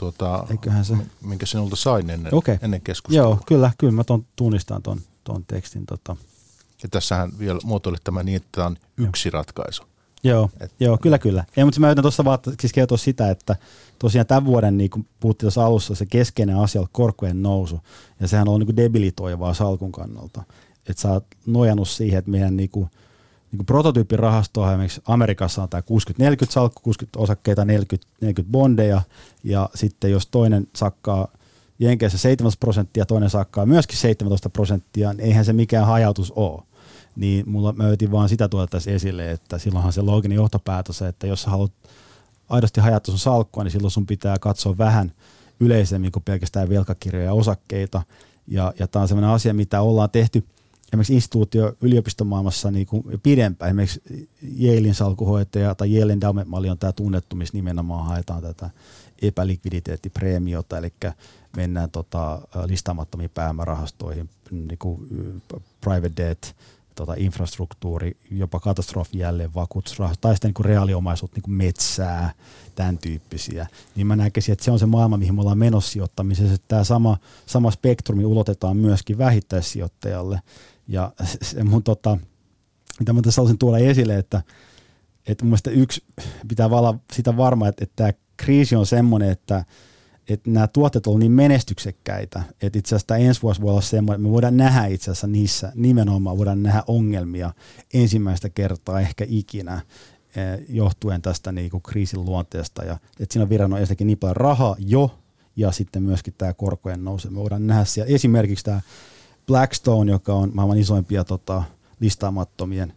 minkä sinulta sain ennen keskustelua? Joo, kyllä mä tunnistan ton tekstin. Ja tässähän vielä muotoilet tämä niin, että tämä on yksi ratkaisu. Joo, kyllä. Ei, mutta mä yritän tuossa vaan siis kertoa sitä, että tosiaan tämän vuoden, niin kuin puhuttiin tuossa alussa, se keskeinen asia on korkojen nousu, ja sehän on niin kuin debilitoivaa salkun kannalta. Että sä oot nojannut siihen, että meidän niin kuin prototyyppirahastoa, esimerkiksi Amerikassa on tämä 60-40 salkku, 60 osakkeita, 40 bondeja, ja sitten jos toinen sakkaa Jenkeissä 17%, toinen sakkaa myöskin 17%, niin eihän se mikään hajautus ole. Niin mä yritin vaan sitä tuoda tässä esille, että silloinhan se looginen johtopäätös, että jos sä haluat aidosti hajautua sun salkkua, niin silloin sun pitää katsoa vähän yleisemmin kuin pelkästään velkakirjoja ja osakkeita. Ja tämä on sellainen asia, mitä ollaan tehty esimerkiksi instituutio yliopistomaailmassa niin kuin pidempään. Esimerkiksi Yalein salkuhoitaja tai Yale Endowment-malli on tämä tunnettu, missä nimenomaan haetaan tätä epälikviditeettipreemiota, eli mennään listaamattomiin pääomarahastoihin, niin kuin private debt, infrastruktuuri, jopa katastrofi jälleen vakuutusrahasto, tai sitten niin kuin reaaliomaisuutta, niin kuin metsää, tämän tyyppisiä. Niin mä näkisin, että se on se maailma, mihin me ollaan menossa sijoittamisessa, että tämä sama spektrumi ulotetaan myöskin vähittäissijoittajalle. Ja se mun, mitä mä tässä haluaisin tuoda esille, että mun mielestä yksi pitää olla sitä varmaa, että tämä kriisi on semmoinen, että nämä tuotteet ovat niin menestyksekkäitä, että itse asiassa ensi vuosi voi olla semmoinen, että me voidaan nähdä itse asiassa niissä nimenomaan, voidaan nähdä ongelmia ensimmäistä kertaa ehkä ikinä johtuen tästä niinku kriisin luonteesta. Ja, että siinä on ensinnäkin niin paljon rahaa ja sitten myöskin tämä korkojen nousu. Me voidaan nähdä siellä esimerkiksi tämä Blackstone, joka on maailman isoimpia listaamattomien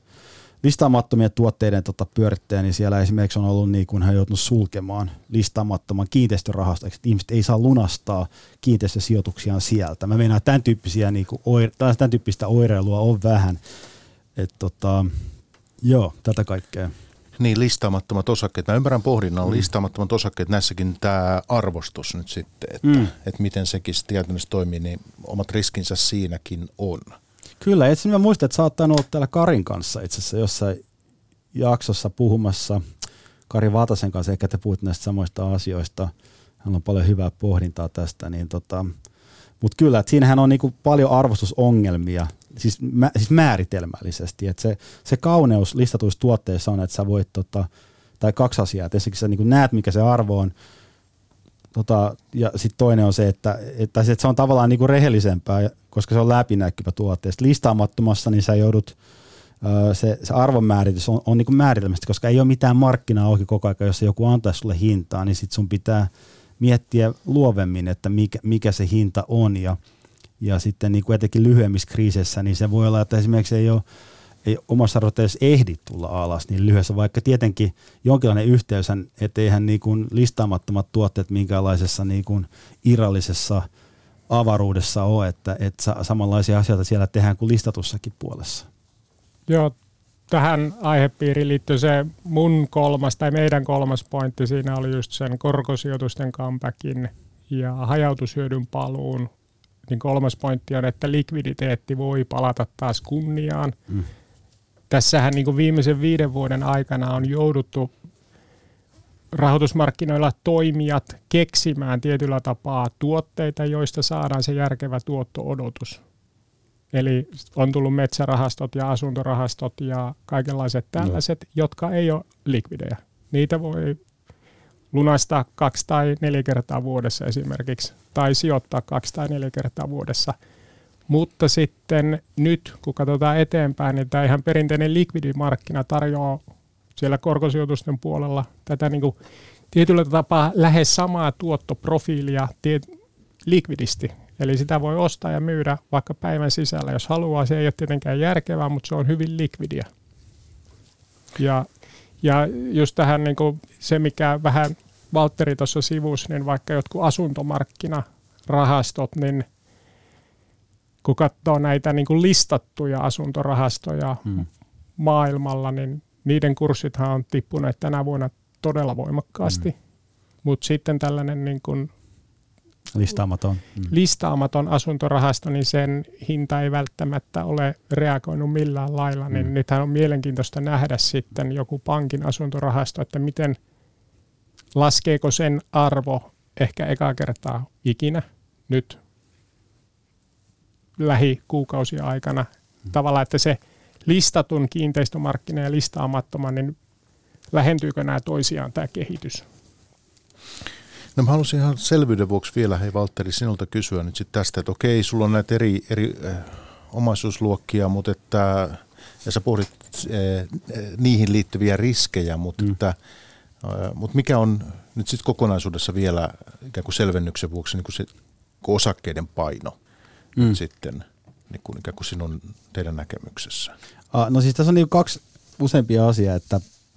tuotteiden pyörittäjä, niin siellä esimerkiksi on ollut niin kuin hän on joutunut sulkemaan listaamattoman kiinteistörahasta, että ihmiset ei saa lunastaa kiinteistösijoituksiaan sieltä. Mä meinaan, että tämän tyyppistä oireilua on vähän. Joo, tätä kaikkea. Niin, listaamattomat osakkeet. Mä ymmärrän pohdinnan listaamattomat osakkeet. Näissäkin tämä arvostus nyt sitten, että miten sekin käytännössä toimii, niin omat riskinsä siinäkin on. Kyllä, etsin mä muistan, että sä oot tainnut olla täällä Karin kanssa itse asiassa jossain jaksossa puhumassa. Kari Vatasen kanssa, ehkä te puhutte näistä samoista asioista. Hän on paljon hyvää pohdintaa tästä. Niin mutta kyllä, että siinähän on niinku paljon arvostusongelmia, siis määritelmällisesti. Että se kauneus listatuissa tuotteissa on, että sä voit, tai kaksi asiaa. Että ensinnäkin sä niinku näet, mikä se arvo on. Ja sitten toinen on se, että se on tavallaan niinku rehellisempää, koska se on läpinäkyvä tuote. Sitten listaamattomassa niin sä joudut, se arvonmääritys on niinku määritelmästi, koska ei ole mitään markkinaa auki koko ajan, jos joku antaisi sulle hintaa, niin sitten sun pitää miettiä luovemmin, että mikä se hinta on. Ja sitten niin kuin etenkin lyhyemmissä kriiseissä, niin se voi olla, että esimerkiksi ei omassa arvossa edes ehdi tulla alas niin lyhyessä, vaikka tietenkin jonkinlainen yhteys, että eihän niin kuin listaamattomat tuotteet minkäänlaisessa niin kuin irrallisessa avaruudessa ole, että samanlaisia asioita siellä tehdään kuin listatussakin puolessa. Joo, tähän aihepiiriin liittyy se meidän kolmas pointti. Siinä oli just sen korkosijoitusten comebackin ja hajautushyödyn paluun. Niin kolmas pointti on, että likviditeetti voi palata taas kunniaan. Tässähän niin kuin viimeisen 5 vuoden aikana on jouduttu rahoitusmarkkinoilla toimijat keksimään tietyllä tapaa tuotteita, joista saadaan se järkevä tuotto-odotus. Eli on tullut metsärahastot ja asuntorahastot ja kaikenlaiset tällaiset, jotka ei ole likvidejä. Niitä voi lunastaa 2 tai 4 kertaa vuodessa esimerkiksi, tai sijoittaa 2 tai 4 kertaa vuodessa. Mutta sitten nyt, kun katsotaan eteenpäin, niin tämä ihan perinteinen likvidimarkkina tarjoaa siellä korkosijoitusten puolella tätä niin kuin tietyllä tapaa lähes samaa tuottoprofiilia likvidisti. Eli sitä voi ostaa ja myydä vaikka päivän sisällä, jos haluaa. Se ei ole tietenkään järkevää, mutta se on hyvin likvidiä. Ja just tähän niin kuin se, mikä vähän Valtteri tuossa sivusi, niin vaikka jotkut asuntomarkkinarahastot, niin kun katsoo näitä niin kuin listattuja asuntorahastoja maailmalla, niin niiden kurssithan on tippuneet tänä vuonna todella voimakkaasti. Mutta sitten tällainen niin kuin listaamaton asuntorahasto, niin sen hinta ei välttämättä ole reagoinut millään lailla. Niin nythän on mielenkiintoista nähdä sitten joku pankin asuntorahasto, että miten laskeeko sen arvo ehkä ekaa kertaa ikinä nyt lähikuukausien aikana. Tavallaan, että se listatun kiinteistömarkkina ja listaamattoman, niin lähentyykö nämä toisiaan tämä kehitys? No mä haluaisin ihan selvyyden vuoksi vielä, hei Valtteri, sinulta kysyä nyt sitten tästä, että okei, sulla on näitä eri omaisuusluokkia, mutta ja sä pohdit niihin liittyviä riskejä, mutta mikä on nyt sitten kokonaisuudessa vielä ikään kuin selvennyksen vuoksi niin kuin se osakkeiden paino sitten niin kuin ikään kuin teidän näkemyksessä? No siis tässä on niin 2 useampia asiaa, että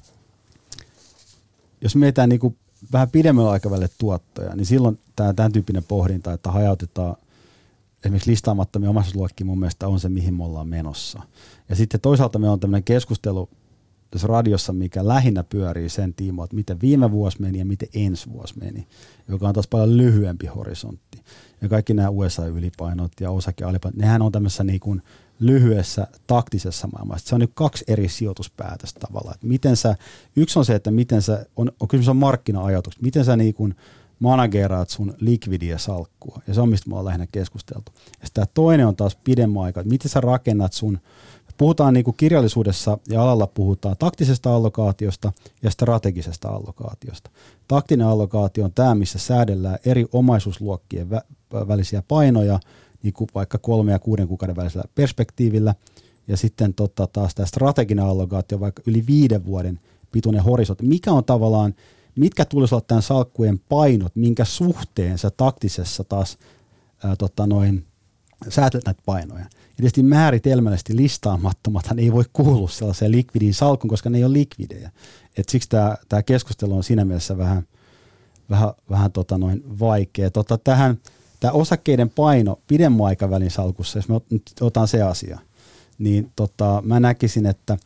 jos mietitään niin kuin vähän pidemmällä aikavälillä tuottoja, niin silloin tämän tyyppinen pohdinta, että hajautetaan esimerkiksi listaamattomia omaisuusluokkia mun mielestä on se, mihin me ollaan menossa. Ja sitten toisaalta meillä on tämmöinen keskustelu tässä radiossa, mikä lähinnä pyörii sen tiimoilta, että miten viime vuosi meni ja miten ensi vuosi meni, joka on taas paljon lyhyempi horisontti. Ja kaikki nämä USA-ylipainot ja osakealipainot, nehän on tämmöisessä niin kuin lyhyessä taktisessa maailmassa. Se on nyt 2 eri sijoituspäätöstä tavallaan. Että miten yksi on se, että miten on kysymys on markkina-ajatuksesta, miten sä niin kuin manageraat sun likvidiä salkkua. Ja se on, mistä me ollaan lähinnä keskusteltu. Ja tämä toinen on taas pidemmän aikaa, että miten sä rakennat puhutaan niin kuin kirjallisuudessa ja alalla puhutaan taktisesta allokaatiosta ja strategisesta allokaatiosta. Taktinen allokaatio on tämä, missä säädellään eri omaisuusluokkien välisiä painoja, niin kuin vaikka 3 ja 6 kuukauden välisellä perspektiivillä. Ja sitten taas tämä strateginen allokaatio, vaikka yli 5 vuoden pituinen horisontti. Mikä on tavallaan, mitkä tulisi olla tämän salkkujen painot, minkä suhteen sä taktisessa taas säätelet näitä painoja. Ja tietysti määritelmällisesti listaamattomathan ei voi kuulua sellaiseen likvidiin salkun, koska ne ei ole likvidejä. Et siksi tämä keskustelu on siinä mielessä vähän vaikea. Tämä osakkeiden paino pidemmän aikavälin salkussa, jos me otan se asia, niin mä näkisin, että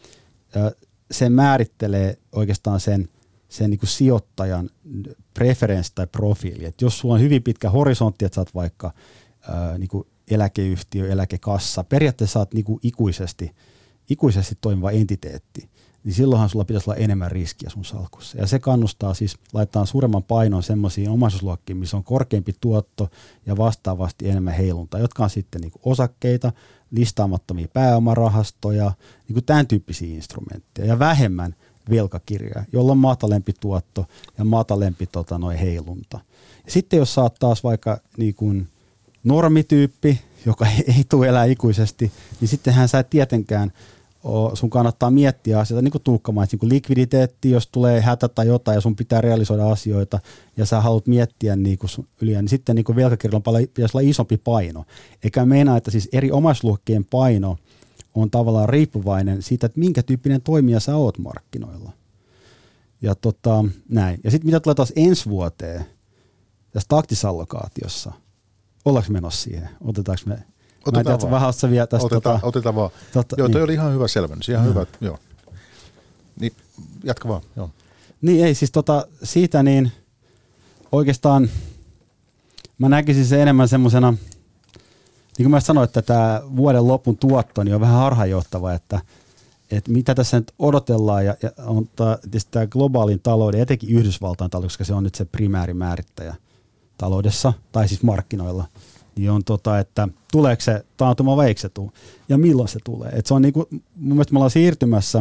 se määrittelee oikeastaan sen niin kuin sijoittajan preferenssi tai profiili. Et jos sulla on hyvin pitkä horisontti, että sä oot vaikka niin kuin eläkeyhtiö, eläkekassa, periaatteessa sä oot niin kuin ikuisesti toimiva entiteetti, niin silloinhan sulla pitäisi olla enemmän riskiä sun salkussa. Ja se kannustaa siis laittaa suuremman painon semmoisiin omaisuusluokkiin, missä on korkeampi tuotto ja vastaavasti enemmän heiluntaa, jotka on sitten niin kuin osakkeita, listaamattomia pääomarahastoja, niin kuin tämän tyyppisiä instrumentteja ja vähemmän velkakirjaa, jolla on matalempi tuotto ja matalempi heilunta. Ja sitten jos sä oot taas vaikka niin kuin normityyppi, joka ei tule elää ikuisesti, niin sittenhän sä et tietenkään sun kannattaa miettiä asioita, niin kuin Tuukka mainitsi, niin kuin likviditeetti, jos tulee hätä tai jotain ja sun pitää realisoida asioita ja sä haluat miettiä niin sitten niin velkakirjalla pitäisi olla isompi paino. Eikä meinaa, että siis eri omaisuusluokkien paino on tavallaan riippuvainen siitä, että minkä tyyppinen toimija sä oot markkinoilla. Ja näin. Ja sitten mitä tulee taas ensi vuoteen tässä taktisallokaatiossa, ollaanko menossa siihen? Otetaanko me? Otetaan vaan. Vähän vielä tästä. Otetaan vaan. Joo, toi niin. oli ihan hyvä selvennys. Ihan hyvä, joo. Niin, jatka vaan, joo. Niin ei, siis siitä niin oikeastaan mä näkisin se enemmän semmosena, niin kuin mä sanoin, että tämä vuoden lopun tuotto niin on vähän harhaanjohtava, että mitä tässä nyt odotellaan ja on tämä globaalin talouden, etenkin Yhdysvaltain talouden, koska se on nyt se primäärimäärittäjä taloudessa tai siis markkinoilla, niin on että tuleeko se taantuma vai eikö se tule ja milloin se tulee. Et se on niinku, mun mielestä me ollaan siirtymässä,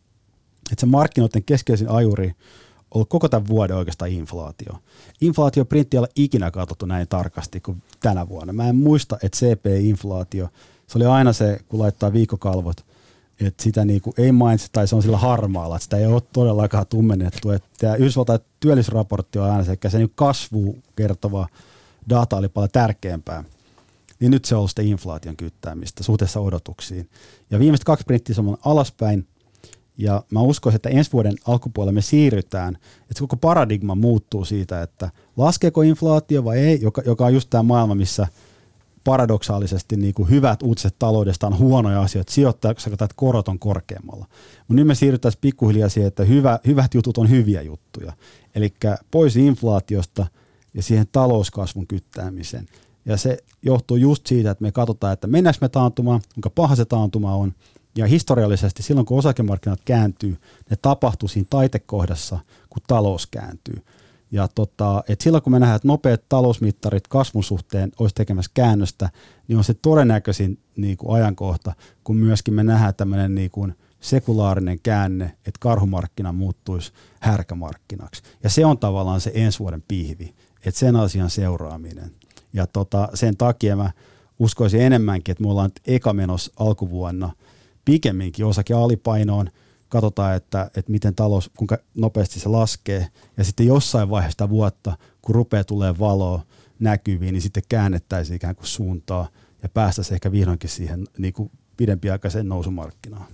että se markkinoiden keskeisin ajuri on ollut koko tämän vuoden oikeastaan inflaatio. Inflaatioprintti ei ole ikinä katsottu näin tarkasti kuin tänä vuonna. Mä en muista, että CPI-inflaatio, se oli aina se, kun laittaa viikkokalvot, että sitä niinku ei mainitse tai se on sillä harmaalla, että sitä ei ole todellakaan tummennettu. Tämä Yhdysvaltain työllisyysraportti on aina se niinku kasvu kertova data oli paljon tärkeämpää. Niin nyt se on ollut sitä inflaation kyttäämistä suhteessa odotuksiin. Ja viimeiset 2 printtiä on alaspäin. Ja mä uskoisin, että ensi vuoden alkupuolella me siirrytään, että se koko paradigma muuttuu siitä, että laskeeko inflaatio vai ei, joka on just tämä maailma, missä paradoksaalisesti niin kuin hyvät uutiset taloudesta on huonoja asioita, sijoittajat, että korot on korkeammalla. Mutta nyt me siirrytäisiin pikkuhiljaa siihen, että hyvät jutut on hyviä juttuja. Eli pois inflaatiosta ja siihen talouskasvun kyttäämiseen. Ja se johtuu just siitä, että me katsotaan, että mennäänkö me taantumaan, kuinka paha se taantuma on. Ja historiallisesti silloin, kun osakemarkkinat kääntyy, ne tapahtuu siinä taitekohdassa, kun talous kääntyy. Ja että silloin, kun me nähdään, että nopeat talousmittarit kasvun suhteen olisi tekemässä käännöstä, niin on se todennäköisin niin kuin ajankohta, kun myöskin me nähdään tämmöinen niin kuin sekulaarinen käänne, että karhumarkkina muuttuisi härkämarkkinaksi. Ja se on tavallaan se ensi vuoden pihvi, että sen asian seuraaminen. Ja sen takia mä uskoisin enemmänkin, että me ollaan nyt eka menossa alkuvuonna pikemminkin osake alipainoon, katsotaan, että miten talous, kuinka nopeasti se laskee, ja sitten jossain vaiheessa vuotta, kun rupeaa tulee valoa näkyviin, niin sitten käännettäisiin ikään kuin suuntaa ja päästäisiin ehkä vihdoinkin siihen niin kuin pidempiaikaiseen nousumarkkinaan.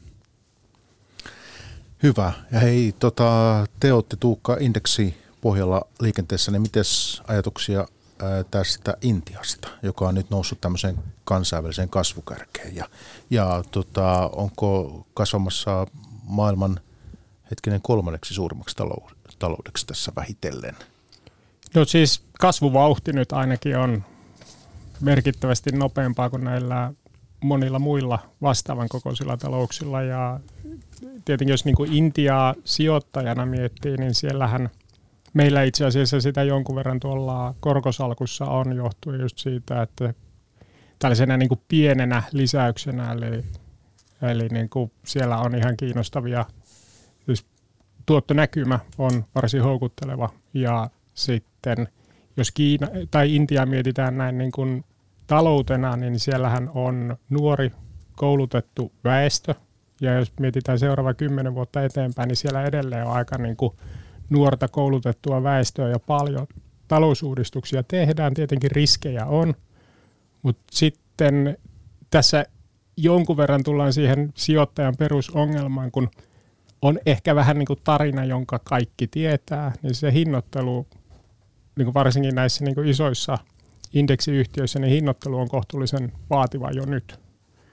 Hyvä. Ja hei, te olette Tuukka indeksi pohjalla liikenteessä, niin mites ajatuksia tästä Intiasta, joka on nyt noussut tämmöiseen kansainväliseen kasvukärkeen ja onko kasvamassa maailman 3. suurimmaksi taloudeksi tässä vähitellen? No siis kasvuvauhti nyt ainakin on merkittävästi nopeampaa kuin näillä monilla muilla vastaavan kokoisilla talouksilla ja tietenkin jos niin kuin Intiaa sijoittajana miettii, niin siellähän meillä itse asiassa sitä jonkun verran tuolla korkosalkussa on johtuen just siitä, että tällaisena niin kuin pienenä lisäyksenä, eli niin kuin siellä on ihan kiinnostavia, siis tuottonäkymä on varsin houkutteleva ja sitten jos Kiina tai Intia mietitään näin niin kuin taloutena, niin siellähän on nuori koulutettu väestö ja jos mietitään seuraava 10 vuotta eteenpäin, niin siellä edelleen on aika niin kuin nuorta koulutettua väestöä ja paljon talousuudistuksia tehdään, tietenkin riskejä on, mutta sitten tässä jonkun verran tullaan siihen sijoittajan perusongelmaan, kun on ehkä vähän niin kuin tarina, jonka kaikki tietää, niin se hinnoittelu, niin kuin varsinkin näissä niin kuin isoissa indeksiyhtiöissä, niin hinnoittelu on kohtuullisen vaativa jo nyt.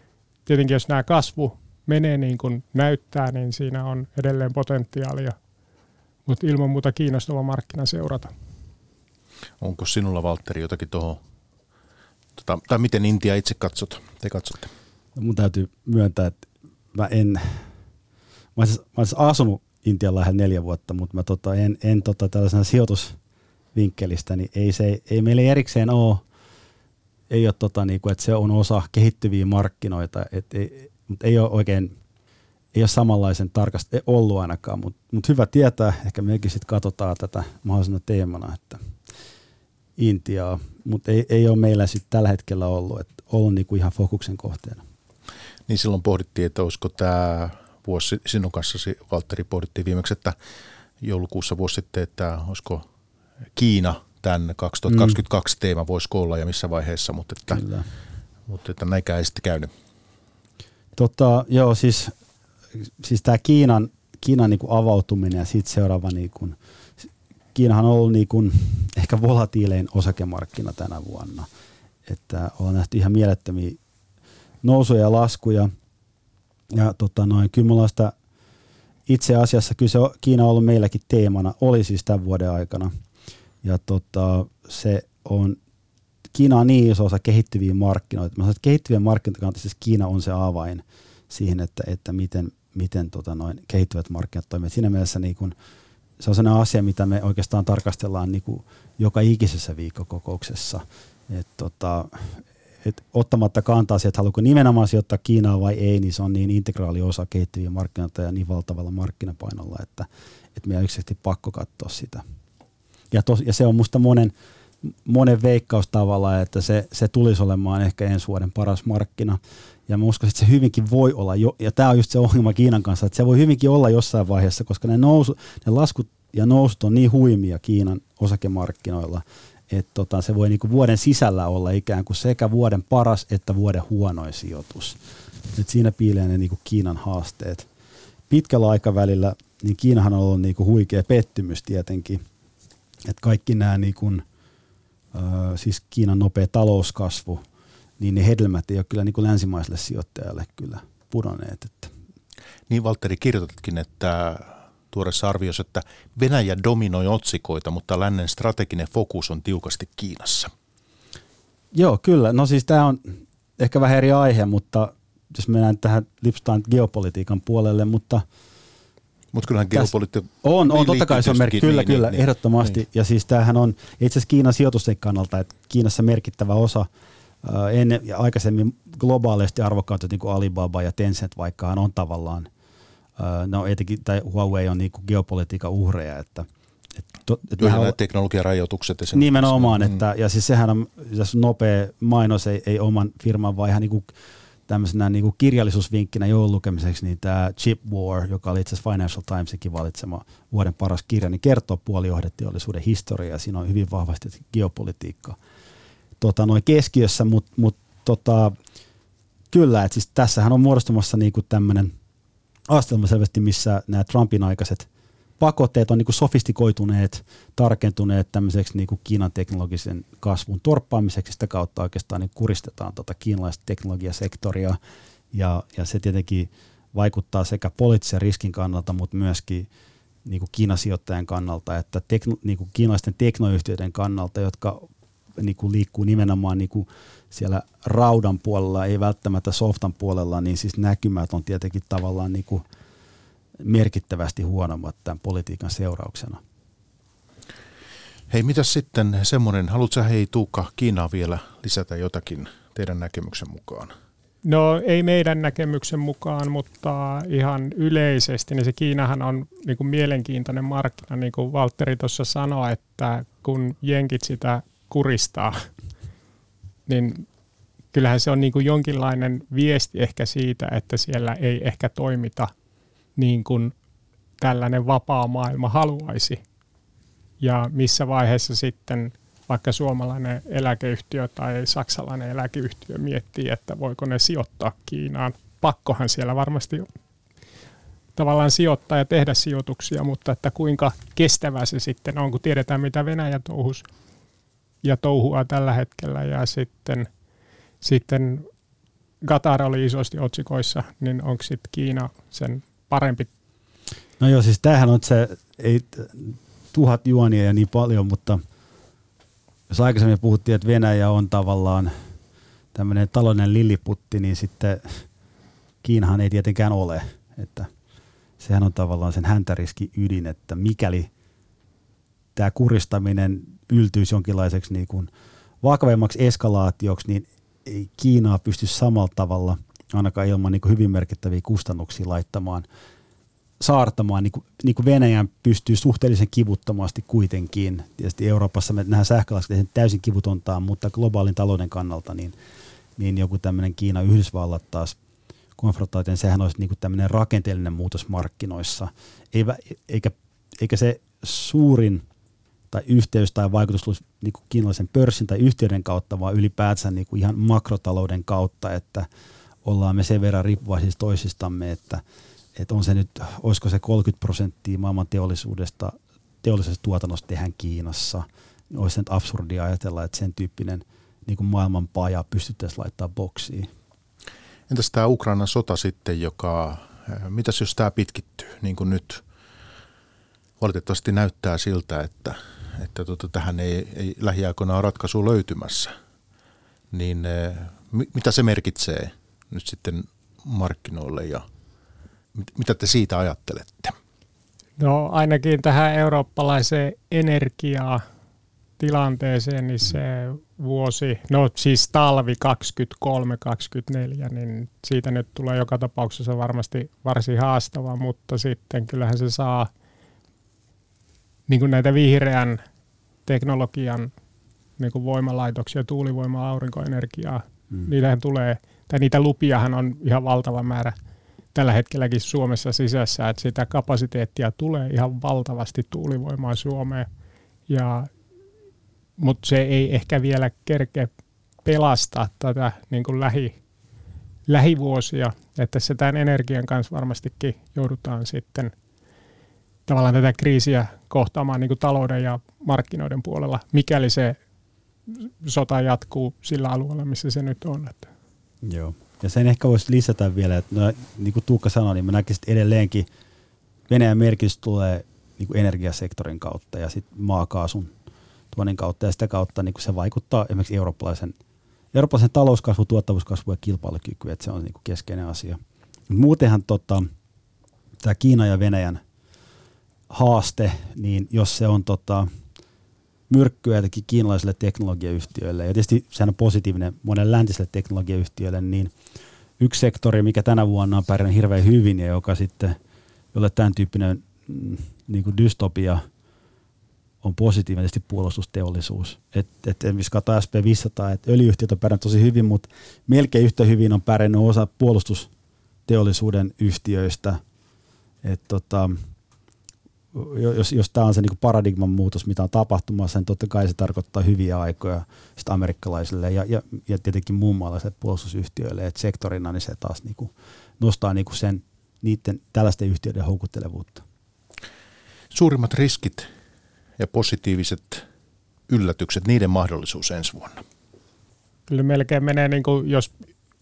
tietenkin jos nämä kasvu menee niin kuin näyttää, niin siinä on edelleen potentiaalia, mutta ilman muuta kiinnostava markkina seurata. Onko sinulla, Valtteri, jotakin tuohon, tai miten Intia itse te katsotte? Mun täytyy myöntää, että mä olisin asunut Intian lähellä 4 vuotta, mutta mä en tällaisena sijoitusvinkkelistä, niin ei meillä erikseen ole, ei ole niinku, että se on osa kehittyviä markkinoita, mutta ei ole oikein, ei ole samanlaisen tarkasti ollut ainakaan, mutta hyvä tietää, ehkä mekin sitten katsotaan tätä mahdollisena teemana, että Intiaa, mutta ei ole meillä sitten tällä hetkellä ollut niinku ihan fokuksen kohteena. Niin silloin pohdittiin, että olisiko tämä vuosi sinun kanssasi, Valtteri, pohdittiin viimeksi, että joulukuussa vuosi sitten, että olisiko Kiina tämän 2022 teema voisiko olla ja missä vaiheessa, mutta että näinkään ei sitten käynyt. Joo, siis tämä Kiinan niinku avautuminen ja siitä seuraava, niinku, Kiinahan on ollut niinku ehkä volatiilein osakemarkkina tänä vuonna, että ollaan nähty ihan mielettömiä nousuja ja laskuja. Ja kyllä mulla sitä itse asiassa kyllä se Kiina on ollut meilläkin teemana, oli siis tämän vuoden aikana. Ja se on, Kiina on niin iso osa kehittyviä markkinoita. Mä sanon, että kehittyvien markkinoiden kannalta siis Kiina on se avain siihen, että miten kehittyvät markkinat toimivat. Siinä mielessä niin kun, se on sellainen asia, mitä me oikeastaan tarkastellaan niin kuin joka ikisessä viikkokokouksessa. Et ottamatta kantaa siihen, että haluatko nimenomaan sijoittaa Kiinaa vai ei, niin se on niin integraali osa kehittyviä markkinoita ja niin valtavalla markkinapainolla, että meidän yksinkertaisesti pakko katsoa sitä. Ja se on musta monen veikkaus tavalla, että se tulisi olemaan ehkä ensi vuoden paras markkina. Ja mä uskon, että se hyvinkin voi olla, ja tämä on just se ongelma Kiinan kanssa, että se voi hyvinkin olla jossain vaiheessa, koska ne laskut ja nousut on niin huimia Kiinan osakemarkkinoilla, että se voi niinku vuoden sisällä olla ikään kuin sekä vuoden paras että vuoden huonoin sijoitus. Et siinä piilee ne niinku Kiinan haasteet. Pitkällä aikavälillä niin Kiinahan on ollut niinku huikea pettymys tietenkin, että kaikki nämä niinku, siis Kiinan nopea talouskasvu, niin ne hedelmät ei ole kyllä niinku länsimaiselle sijoittajalle kyllä pudonneet. Että. Niin, Valtteri, kirjoitatkin, että tuoreessa arviossa, että Venäjä dominoi otsikoita, mutta lännen strateginen fokus on tiukasti Kiinassa. Joo, kyllä. No siis tämä on ehkä vähän eri aihe, mutta jos mennään tähän lipstaan geopolitiikan puolelle, mutta kyllähän geopolitiikka on totta kai se on kyllä, ehdottomasti. Niin. Ja siis tämähän on itse asiassa Kiinan sijoitusten kannalta, että Kiinassa merkittävä osa ennen ja aikaisemmin globaalisti arvokkaat, niin kuin Alibaba ja Tencent vaikkahan on tavallaan, no etenkin, tai Huawei on niin kuin geopolitiikan uhreja, että nämä teknologiarajoitukset. Nimenomaan, ja siis sehän on nopea mainos, ei oman firman, vaan ihan niin kuin tämmöisenä niin kuin kirjallisuusvinkkinä joulun lukemiseksi, niin tämä Chip War, joka oli itse asiassa Financial Timesinkin valitsema vuoden paras kirja, niin kertoo puolijohdeteollisuuden historiaa, ja siinä on hyvin vahvasti geopolitiikka noin keskiössä, mutta kyllä, että siis tässähän on muodostumassa niin kuin tämmöinen astelma selvästi, missä nämä Trumpin aikaiset pakotteet on niin kuin sofistikoituneet, tarkentuneet tämmöiseksi niin kuin Kiinan teknologisen kasvun torppaamiseksi, sitä kautta oikeastaan niin kuristetaan kiinalaista teknologiasektoria, ja se tietenkin vaikuttaa sekä poliittisen riskin kannalta, mutta myöskin niin kuin Kiinan sijoittajan kannalta, että niin kuin kiinalaisten teknoyhtiöiden kannalta, jotka niin kuin liikkuu nimenomaan niin kuin siellä raudan puolella, ei välttämättä softan puolella, niin siis näkymät on tietenkin tavallaan niin kuin merkittävästi huonommat tämän politiikan seurauksena. Hei, mitäs sitten semmoinen, haluatko Tuukka Kiinaa vielä lisätä jotakin teidän näkemyksen mukaan? No ei meidän näkemyksen mukaan, mutta ihan yleisesti, niin se Kiinahan on niin kuin mielenkiintoinen markkina, niin kuin Valtteri tuossa sanoi, että kun jenkit sitä kuristaa, niin kyllähän se on niin kuin jonkinlainen viesti ehkä siitä, että siellä ei ehkä toimita niin kuin tällainen vapaa maailma haluaisi. Ja missä vaiheessa sitten vaikka suomalainen eläkeyhtiö tai saksalainen eläkeyhtiö miettii, että voiko ne sijoittaa Kiinaan. Pakkohan siellä varmasti tavallaan sijoittaa ja tehdä sijoituksia, mutta että kuinka kestävä se sitten on, kun tiedetään mitä Venäjä touhua tällä hetkellä ja sitten Qatar oli isosti otsikoissa, niin onko sitten Kiina sen parempi? No joo, siis tämähän on se, ei 1000 juonia ja niin paljon, mutta jos aikaisemmin puhuttiin, että Venäjä on tavallaan tämmöinen taloudellinen lilliputti, niin sitten Kiinahan ei tietenkään ole. Että sehän on tavallaan sen häntäriski ydin, että mikäli tämä kuristaminen yltyisi jonkinlaiseksi niin kuin vakavemmaksi eskalaatioksi, niin ei Kiinaa pysty samalla tavalla ainakaan ilman niin kuin hyvin merkittäviä kustannuksia saartamaan, niin kuin Venäjän pystyy suhteellisen kivuttomasti kuitenkin. Tietysti Euroopassa me nähdään sähkölaskeet täysin kivutontaan, mutta globaalin talouden kannalta niin joku tämmöinen Kiina-Yhdysvallat taas konfrontaatio, sehän olisi niin kuin tämmöinen rakenteellinen muutos markkinoissa. Eikä se suurin tai yhteys tai vaikutus olisi niin kuin kiinalaisen pörssin tai yhtiöiden kautta, vaan ylipäätään niin kuin ihan makrotalouden kautta, että ollaan me sen verran riippuvaisia toisistamme, että on se nyt, olisiko se 30% maailman teollisesta tuotannosta tehdään Kiinassa, niin olisi se nyt absurdia ajatella, että sen tyyppinen niin kuin maailman paja pystyttäisiin laittaa boksiin. Entäs tämä Ukrainan sota sitten, mitäs jos tämä pitkittyy, niin kuin nyt valitettavasti näyttää siltä, että tähän ei lähiaikoina ole ratkaisua löytymässä, niin mitä se merkitsee nyt sitten markkinoille ja mitä te siitä ajattelette? No ainakin tähän eurooppalaiseen energiatilanteeseen, niin se vuosi, no siis talvi 23-24, niin siitä nyt tulee joka tapauksessa varmasti varsin haastava, mutta sitten kyllähän se saa niin kuin näitä vihreän teknologian niin kuin voimalaitoksia, tuulivoimaa, aurinkoenergiaa, niitähän tulee, tai niitä lupiahan on ihan valtava määrä tällä hetkelläkin Suomessa sisässä, että sitä kapasiteettia tulee ihan valtavasti tuulivoimaa Suomeen, mutta se ei ehkä vielä kerkeä pelastaa tätä niin kuin lähivuosia, että se tämän energian kanssa varmastikin joudutaan sitten tavallaan tätä kriisiä kohtaamaan niin kuin talouden ja markkinoiden puolella, mikäli se sota jatkuu sillä alueella, missä se nyt on. Että. Joo. Ja sen ehkä voisi lisätä vielä, että no, niin kuin Tuukka sanoi, niin mä näkisin, että edelleenkin Venäjän merkitys tulee niin kuin energiasektorin kautta ja sitten maakaasun tuonnin kautta ja sitä kautta niin kuin se vaikuttaa esimerkiksi eurooppalaisen talouskasvu, tuottavuuskasvu ja kilpailukyky, että se on niin kuin keskeinen asia. Muutenhan tämä Kiina ja Venäjän haaste, niin jos se on myrkkyä jotenkin kiinalaisille teknologiayhtiöille, ja tietysti sehän on positiivinen monelle läntiselle teknologiayhtiöille, niin yksi sektori, mikä tänä vuonna on pärjännyt hirveän hyvin ja joka sitten, jolle tämän tyyppinen niin kuin dystopia on positiivisesti puolustusteollisuus. Esimerkiksi katsotaan SP500, että öljyyhtiöt on pärjännyt tosi hyvin, mutta melkein yhtä hyvin on pärjännyt osa puolustusteollisuuden yhtiöistä. Jos tämä on se niinku paradigman muutos, mitä on tapahtumassa, niin totta kai se tarkoittaa hyviä aikoja sit amerikkalaisille ja tietenkin muun maalaisille puolustusyhtiöille, että sektorina niin se taas niinku nostaa niinku sen niiden tällaisten yhtiöiden houkuttelevuutta. Suurimmat riskit ja positiiviset yllätykset, niiden mahdollisuus ensi vuonna? Kyllä melkein menee, jos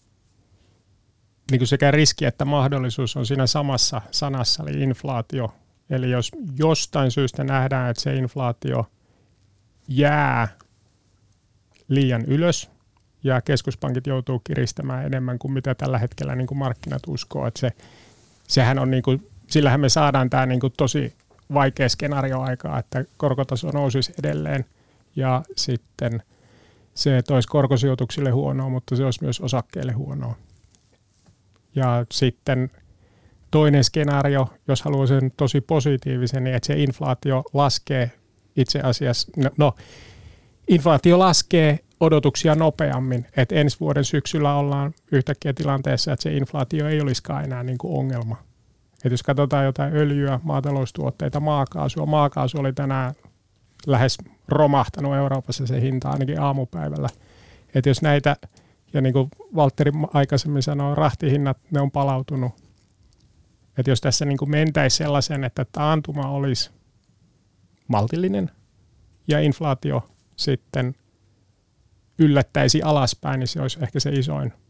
sekä riski että mahdollisuus on siinä samassa sanassa, eli inflaatio. Eli jos jostain syystä nähdään, että se inflaatio jää liian ylös ja keskuspankit joutuu kiristämään enemmän kuin mitä tällä hetkellä niin kuin markkinat uskoo, että sehän on sillähän me saadaan tämä tosi vaikea skenaario aikaa, että korkotaso nousisi edelleen ja sitten se toisi korkosijoituksille huonoa, mutta se olisi myös osakkeille huonoa. Ja sitten toinen skenaario, jos haluaa sen tosi positiivisen, niin että se inflaatio laskee itse asiassa, inflaatio laskee odotuksia nopeammin, että ensi vuoden syksyllä ollaan yhtäkkiä tilanteessa, että se inflaatio ei olisikaan enää ongelma. Että jos katsotaan jotain öljyä, maataloustuotteita, maakaasu oli tänään lähes romahtanut Euroopassa se hinta ainakin aamupäivällä. Että jos näitä, ja niin kuin Valtteri aikaisemmin sanoi, rahtihinnat, ne on palautunut. Että jos tässä mentäisiin sellaisen, että taantuma olisi maltillinen ja inflaatio sitten yllättäisi alaspäin, niin se olisi ehkä se isoin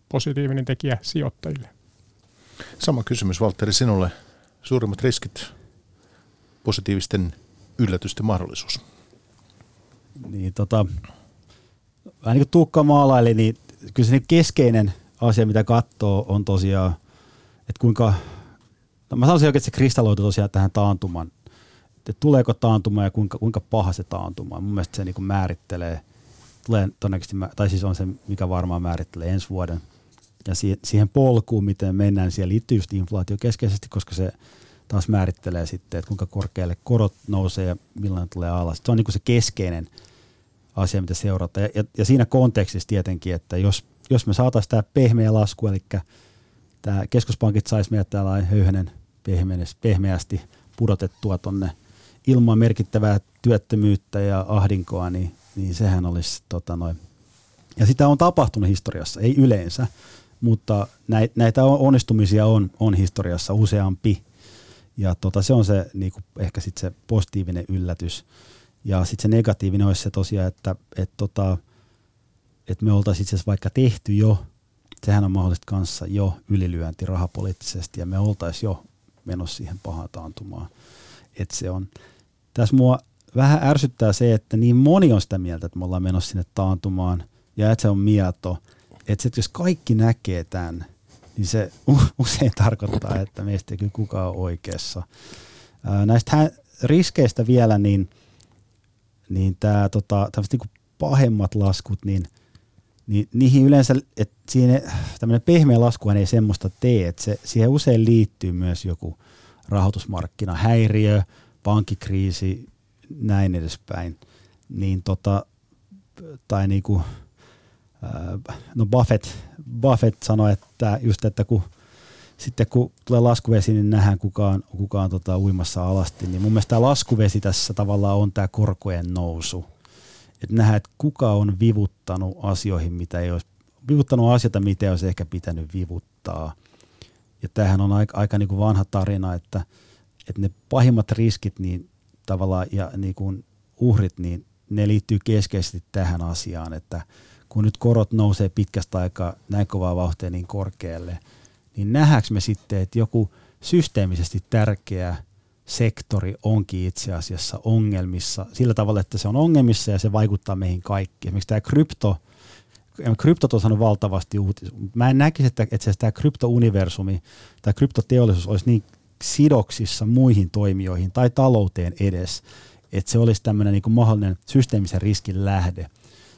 positiivinen tekijä sijoittajille. Sama kysymys, Valtteri, sinulle. Suurimmat riskit, positiivisten yllätysten mahdollisuus. Niin, vähän niin kuin Tuukka maalaili, niin kyllä se keskeinen asia, mitä katsoo, on tosiaan, että kuinka, mä sanoisin oikein, että se kristalloitu tosiaan tähän taantuman, että tuleeko taantuma ja kuinka paha se taantuma. Mun mielestä se niin kuin määrittelee, tulee todennäköisesti, tai siis on se, mikä varmaan määrittelee ensi vuoden. Ja siihen polkuun, miten mennään, niin siihen liittyy just inflaatio keskeisesti, koska se taas määrittelee sitten, että kuinka korkealle korot nousee ja milloin tulee alas. Se on niin kuin se keskeinen asia, mitä seurataan. Ja siinä kontekstissa tietenkin, että jos me saataisiin tämä pehmeä lasku, eli tämä keskuspankit saisi meidät tällainen höyhenen pehmeästi pudotettua tuonne ilman merkittävää työttömyyttä ja ahdinkoa, niin sehän olisi ja sitä on tapahtunut historiassa, ei yleensä, mutta näitä onnistumisia on historiassa useampi. Ja se on se niinku ehkä sitten se positiivinen yllätys. Ja sitten se negatiivinen olisi se tosiaan, että me oltaisiin itse asiassa vaikka tehty jo, sehän on mahdollista kanssa jo ylilyönti rahapoliittisesti, ja me oltaisiin jo menossa siihen pahaan taantumaan. Että se on, tässä mua vähän ärsyttää se, että niin moni on sitä mieltä, että me ollaan menossa sinne taantumaan, ja että se on mieto. Että jos kaikki näkee tämän, niin se usein tarkoittaa, että meistä ei kyllä kukaan ole oikeassa. Näistä riskeistä vielä, niin tämmöiset niin pahemmat laskut, niin niihin yleensä, että siinä tämmöinen pehmeä laskuhan ei semmoista tee, että siihen usein liittyy myös joku rahoitusmarkkinahäiriö, pankkikriisi, näin edespäin. Niin tai niinku, no Buffett sanoi, että just, että kun tulee laskuvesi, niin nähdään kukaan uimassa alasti, niin mun mielestä tämä laskuvesi tässä tavallaan on tämä korkojen nousu. Että nähdään, että kuka on vivuttanut asioihin, mitä ei olisi, vivuttanut asioita, mitä ei olisi ehkä pitänyt vivuttaa. Ja tämähän on aika niin kuin vanha tarina, että ne pahimmat riskit niin tavallaan ja niin kuin uhrit, niin ne liittyy keskeisesti tähän asiaan, että kun nyt korot nousee pitkästä aikaa näin kovaa vauhtia niin korkealle, niin nähdäänkö me sitten, että joku systeemisesti tärkeä sektori onkin itse asiassa ongelmissa sillä tavalla, että se on ongelmissa ja se vaikuttaa meihin kaikkiin. Esimerkiksi tämä kryptot on saanut valtavasti uutisia. Mä en näkisi, että tämä kryptouniversumi tai kryptoteollisuus olisi niin sidoksissa muihin toimijoihin tai talouteen edes, että se olisi tämmöinen niin kuin mahdollinen systeemisen riskin lähde.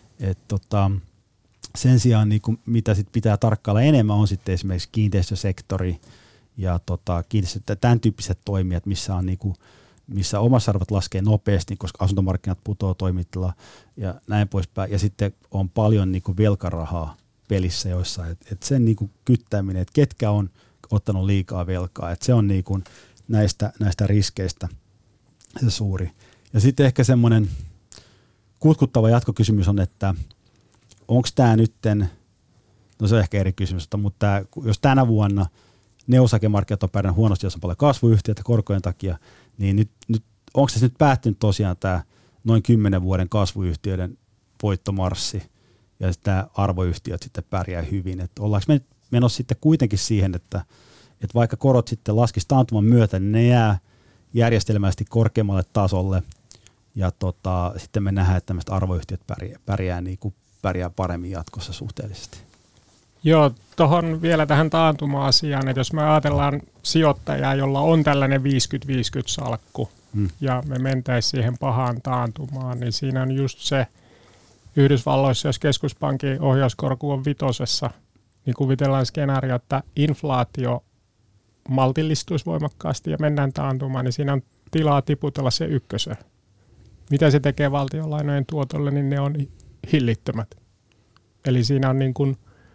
Sen sijaan niin kuin, mitä sit pitää tarkkailla enemmän on sitten esimerkiksi kiinteistösektori ja tämän tyyppiset toimijat, missä on niin kuin, missä omasarvot laskee nopeasti, koska asuntomarkkinat putoaa toimittilla ja näin poispäin. Ja sitten on paljon niin kuin velkarahaa pelissä joissa, että sen niin kuin kyttäminen, että ketkä on ottanut liikaa velkaa, että se on niin kuin näistä riskeistä se suuri. Ja sitten ehkä semmoinen kutkuttava jatkokysymys on, että onko tämä nytten, no se on ehkä eri kysymys, mutta jos tänä vuonna ne osakemarkkinat on pärjännyt huonosti, jos on paljon kasvuyhtiöitä korkojen takia, niin nyt onko se nyt päättynyt tosiaan tämä noin 10 vuoden kasvuyhtiöiden voittomarssi ja tämä arvoyhtiöt sitten pärjää hyvin. Että ollaanko me nyt menossa sitten kuitenkin siihen, että vaikka korot sitten laskisi taantuman myötä, niin ne jää järjestelmällisesti korkeammalle tasolle ja sitten me nähdään, että tämmöiset arvoyhtiöt pärjää paremmin jatkossa suhteellisesti. Joo, tuohon vielä tähän taantuma-asiaan, että jos me ajatellaan sijoittajaa, jolla on tällainen 50-50 salkku ja me mentäisiin siihen pahaan taantumaan, niin siinä on just se Yhdysvalloissa, jos keskuspankin ohjauskorko on 5, niin kuvitellaan skenaario, että inflaatio maltillistuisi voimakkaasti ja mennään taantumaan, niin siinä on tilaa tiputella se 1. Mitä se tekee valtionlainojen tuotolle, niin ne on hillittömät. Eli siinä on niin kuin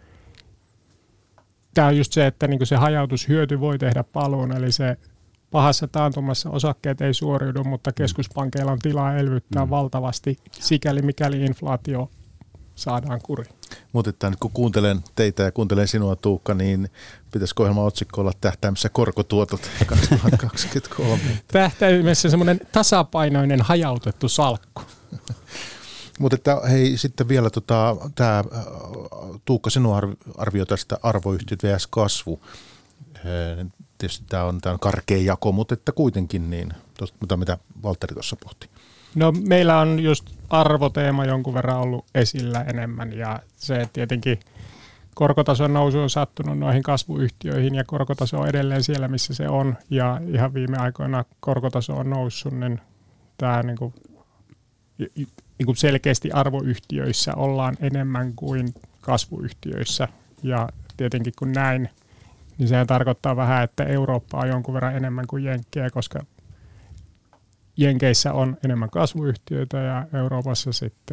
tämä on just se, että niinku se hajautushyöty voi tehdä paluun, eli se pahassa taantumassa osakkeet ei suoriudu, mutta keskuspankeilla on tilaa elvyttää valtavasti, sikäli mikäli inflaatio saadaan kuriin. Mutta nyt kun kuuntelen teitä ja kuuntelen sinua, Tuukka, niin pitäisikö ohjelman otsikko olla tähtäimessä korkotuotot 2023? Tähtäimessä semmoinen tasapainoinen hajautettu salkku. Mutta että hei, sitten vielä tämä Tuukka, sinun arvio tästä arvoyhtiöt vs. kasvu. Tietysti tämä on karkea jako, mutta että kuitenkin niin, mitä Valtteri tuossa pohti. No meillä on just arvoteema jonkun verran ollut esillä enemmän ja se tietenkin korkotason nousu on sattunut noihin kasvuyhtiöihin ja korkotaso on edelleen siellä, missä se on ja ihan viime aikoina korkotaso on noussut, niin tämä niin kuin selkeästi arvoyhtiöissä ollaan enemmän kuin kasvuyhtiöissä ja tietenkin kun näin, niin sehän tarkoittaa vähän, että Eurooppa on jonkun verran enemmän kuin Jenkkejä, koska Jenkeissä on enemmän kasvuyhtiöitä ja Euroopassa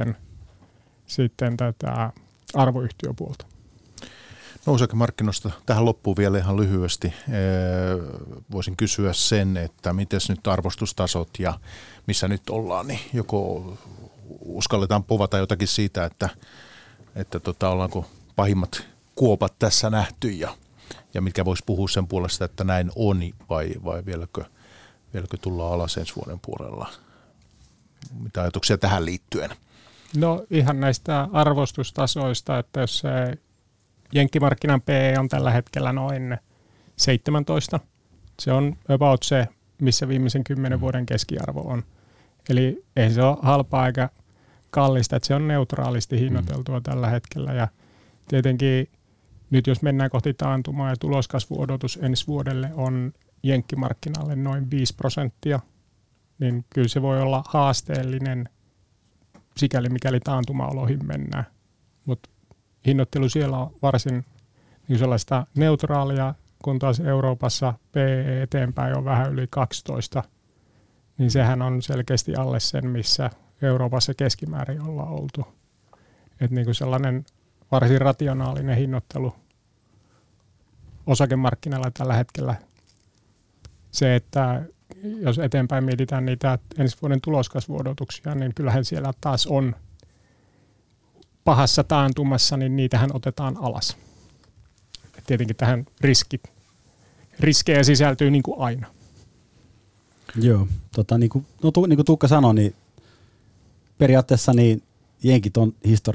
sitten tätä arvoyhtiöpuolta. No osakemarkkinoista tähän loppuun vielä ihan lyhyesti. Voisin kysyä sen, että miten nyt arvostustasot ja missä nyt ollaan, niin joko uskalletaan povata jotakin siitä, että ollaanko pahimmat kuopat tässä nähty ja mitkä voisi puhua sen puolesta, että näin on vai vieläkö tullaan alas ensi vuoden puolella? Mitä ajatuksia tähän liittyen? No ihan näistä arvostustasoista, että jos se jenkkimarkkinan PE on tällä hetkellä noin 17, se on about se, missä viimeisen 10 vuoden keskiarvo on. Eli ei se ole halpaa eikä kallista, että se on neutraalisti hinnoiteltua tällä hetkellä. Ja tietenkin nyt jos mennään kohti taantumaa ja tuloskasvuodotus ensi vuodelle on jenkkimarkkinalle noin 5%, niin kyllä se voi olla haasteellinen sikäli mikäli taantumaoloihin mennään. Mutta hinnoittelu siellä on varsin niin sellaista neutraalia, kun taas Euroopassa PE eteenpäin on vähän yli 12, niin sehän on selkeästi alle sen, missä Euroopassa keskimäärin ollaan oltu. Että niin kuin sellainen varsin rationaalinen hinnoittelu osakemarkkinalla tällä hetkellä. Se, että jos eteenpäin mietitään niitä ensi vuoden tuloskasvuodotuksia, niin kyllähän siellä taas on pahassa taantumassa, niin niitähän otetaan alas. Et tietenkin tähän riskejä sisältyy niin kuin aina. Joo, niin kuin Tuukka sanoi, niin periaatteessa niin jenkit on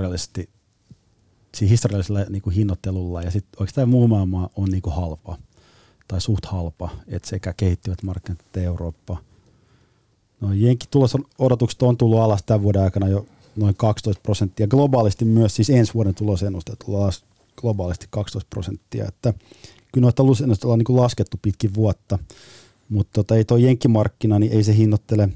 historiallisella niin kuin hinnoittelulla ja sitten oikeastaan muu maailma on niin kuin halpa tai suht halpa, että sekä kehittyvät markkinat että Eurooppa. No jenkkitulosodotukset on tullut alas tämän vuoden aikana jo noin 12%. Globaalisti myös, siis ensi vuoden tulosennusteet tullut alas globaalisti 12%. Että kyllä noita tulosennusteet ollaan niin kuin laskettu pitkin vuotta, mutta ei tuo jenkkimarkkina, niin ei se hinnoittele.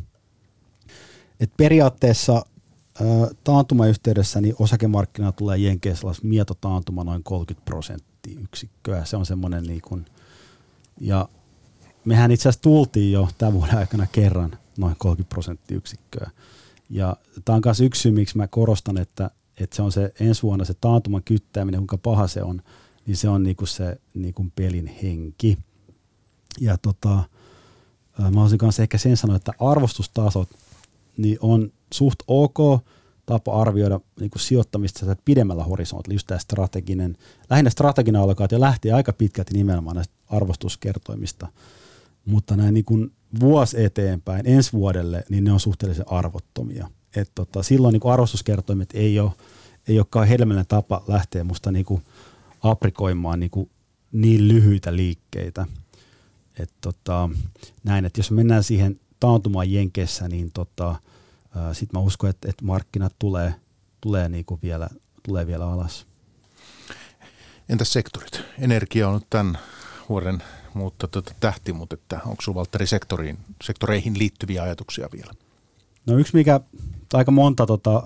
Et periaatteessa taantumayhteydessä niin osakemarkkina tulee jenkeissä mietotaantuma noin 30% yksikköä. Se on semmoinen niin kuin, ja mehän itse asiassa tultiin jo tämän vuoden aikana kerran noin 30% yksikköä. Ja tämä on myös yksi syy, miksi mä korostan, että se on se ensi vuonna se taantuman kyttääminen, kuinka paha se on, niin se on niinku se niinku pelin henki. Ja mä haluaisin kanssa ehkä sen sanoa, että arvostustasot niin on suht ok tapa arvioida niinku sijoittamista pidemmällä horisontilla, just tämä lähinnä strateginen allokaatio lähtee aika pitkälti nimenomaan näistä arvostuskertoimista, mutta näin niinku vuosi eteenpäin ensi vuodelle, niin ne on suhteellisen arvottomia. Silloin niinku arvostuskertoimet ei olekaan hedelmällinen tapa lähteä musta niinku aprikoimaan niinku niin lyhyitä liikkeitä. Näin, että jos mennään siihen taantumaan Jenkeissä, niin sitten mä uskon, että markkinat tulee niinku vielä alas. Entäs sektorit? Energia on nyt tämän vuoden tähti, mutta onko sinulla Valtteri sektoreihin liittyviä ajatuksia vielä? No yksi, mikä aika monta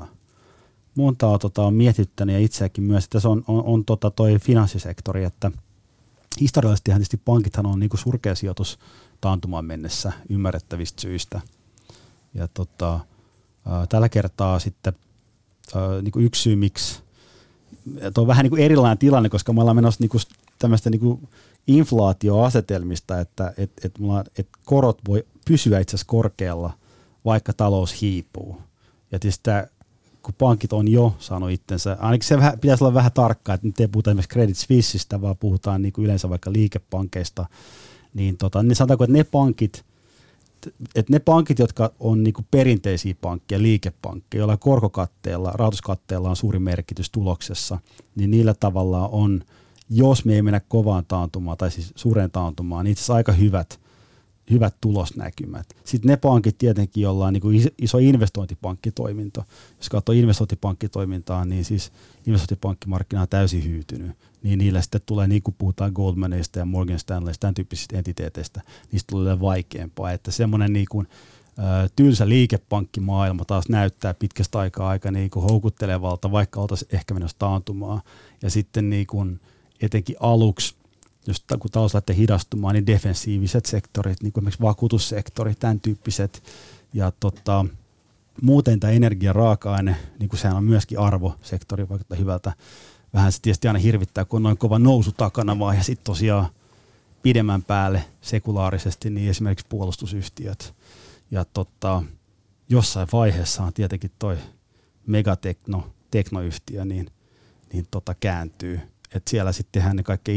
on mietittänyt ja itseäkin myös, että se on toi finanssisektori, että historiallisesti tietysti pankithan on niinku surkea sijoitus taantumaan mennessä ymmärrettävistä syistä. Ja tällä kertaa sitten niinku yksi syy, miksi on vähän niinku erilainen tilanne, koska me ollaan menossa niinku tämmöistä niinku inflaatioasetelmista, että korot voi pysyä itse asiassa korkealla, vaikka talous hiipuu. Ja tietysti kun pankit on jo saanut itsensä, ainakin se pitäisi olla vähän tarkkaa, että nyt ei puhuta esimerkiksi Credit Suisseista, vaan puhutaan niin kuin yleensä vaikka liikepankeista, niin sanotaanko, että ne pankit että ne pankit, jotka on niinku perinteisiä pankkeja, liikepankkeja, joilla korkokatteella, rahoituskatteella on suuri merkitys tuloksessa, niin niillä tavalla on, jos me ei mennä kovaan taantumaan tai siis suureen taantumaan, niin itse asiassa aika hyvät tulosnäkymät. Sitten ne pankit tietenkin, joilla on niinku iso investointipankkitoiminta. Jos katsoo investointipankkitoimintaa, niin siis investointipankkimarkkina on täysin hyytynyt. Niin niillä sitten tulee, niin kuin puhutaan Goldmanista ja Morgan Stanleysta, tämän tyyppisistä entiteeteistä, niistä tulee vaikeampaa. Että semmoinen niin kuin, tylsä liikepankkimaailma taas näyttää pitkästä aikaa aika niin kuin houkuttelevalta, vaikka oltaisiin ehkä menossa taantumaan. Ja sitten niin kuin, etenkin aluksi, kun talous lähtee hidastumaan, niin defensiiviset sektorit, niin kuin esimerkiksi vakuutussektori, tämän tyyppiset. Ja muuten tämä energian raaka-aine, niin kuin sehän on myöskin arvosektori, vaikka hyvältä. Vähän se tietysti aina hirvittää, kun on noin kova nousu takana vaan, ja sitten tosiaan pidemmän päälle sekulaarisesti, niin esimerkiksi puolustusyhtiöt. Ja jossain vaiheessa on tietenkin toi megateknoyhtiö, niin kääntyy. Et siellä sitten tehdään ne kaikkein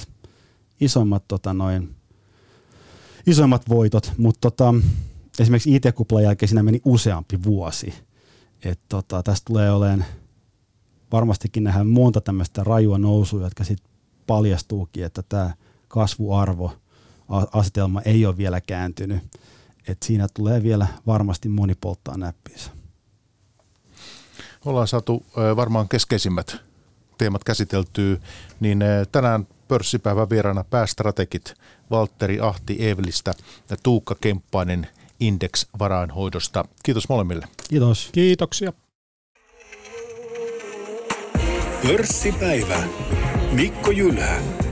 isoimmat voitot, mutta esimerkiksi IT-kuplan jälkeen siinä meni useampi vuosi. Tästä tulee olemaan, varmastikin nähdään monta tämmöistä rajua nousua, jotka sitten paljastuukin, että tämä kasvuarvoasetelma ei ole vielä kääntynyt. Et siinä tulee vielä varmasti moni polttaa näppiinsä. Ollaan saatu varmaan keskeisimmät teemat käsiteltyä, niin tänään pörssipäivän vieraana päästrategit Valtteri Ahti Eevelistä ja Tuukka Kemppainen Index-varainhoidosta. Kiitos molemmille. Kiitos. Kiitoksia. Pörssipäivä. Mikko Jylhä.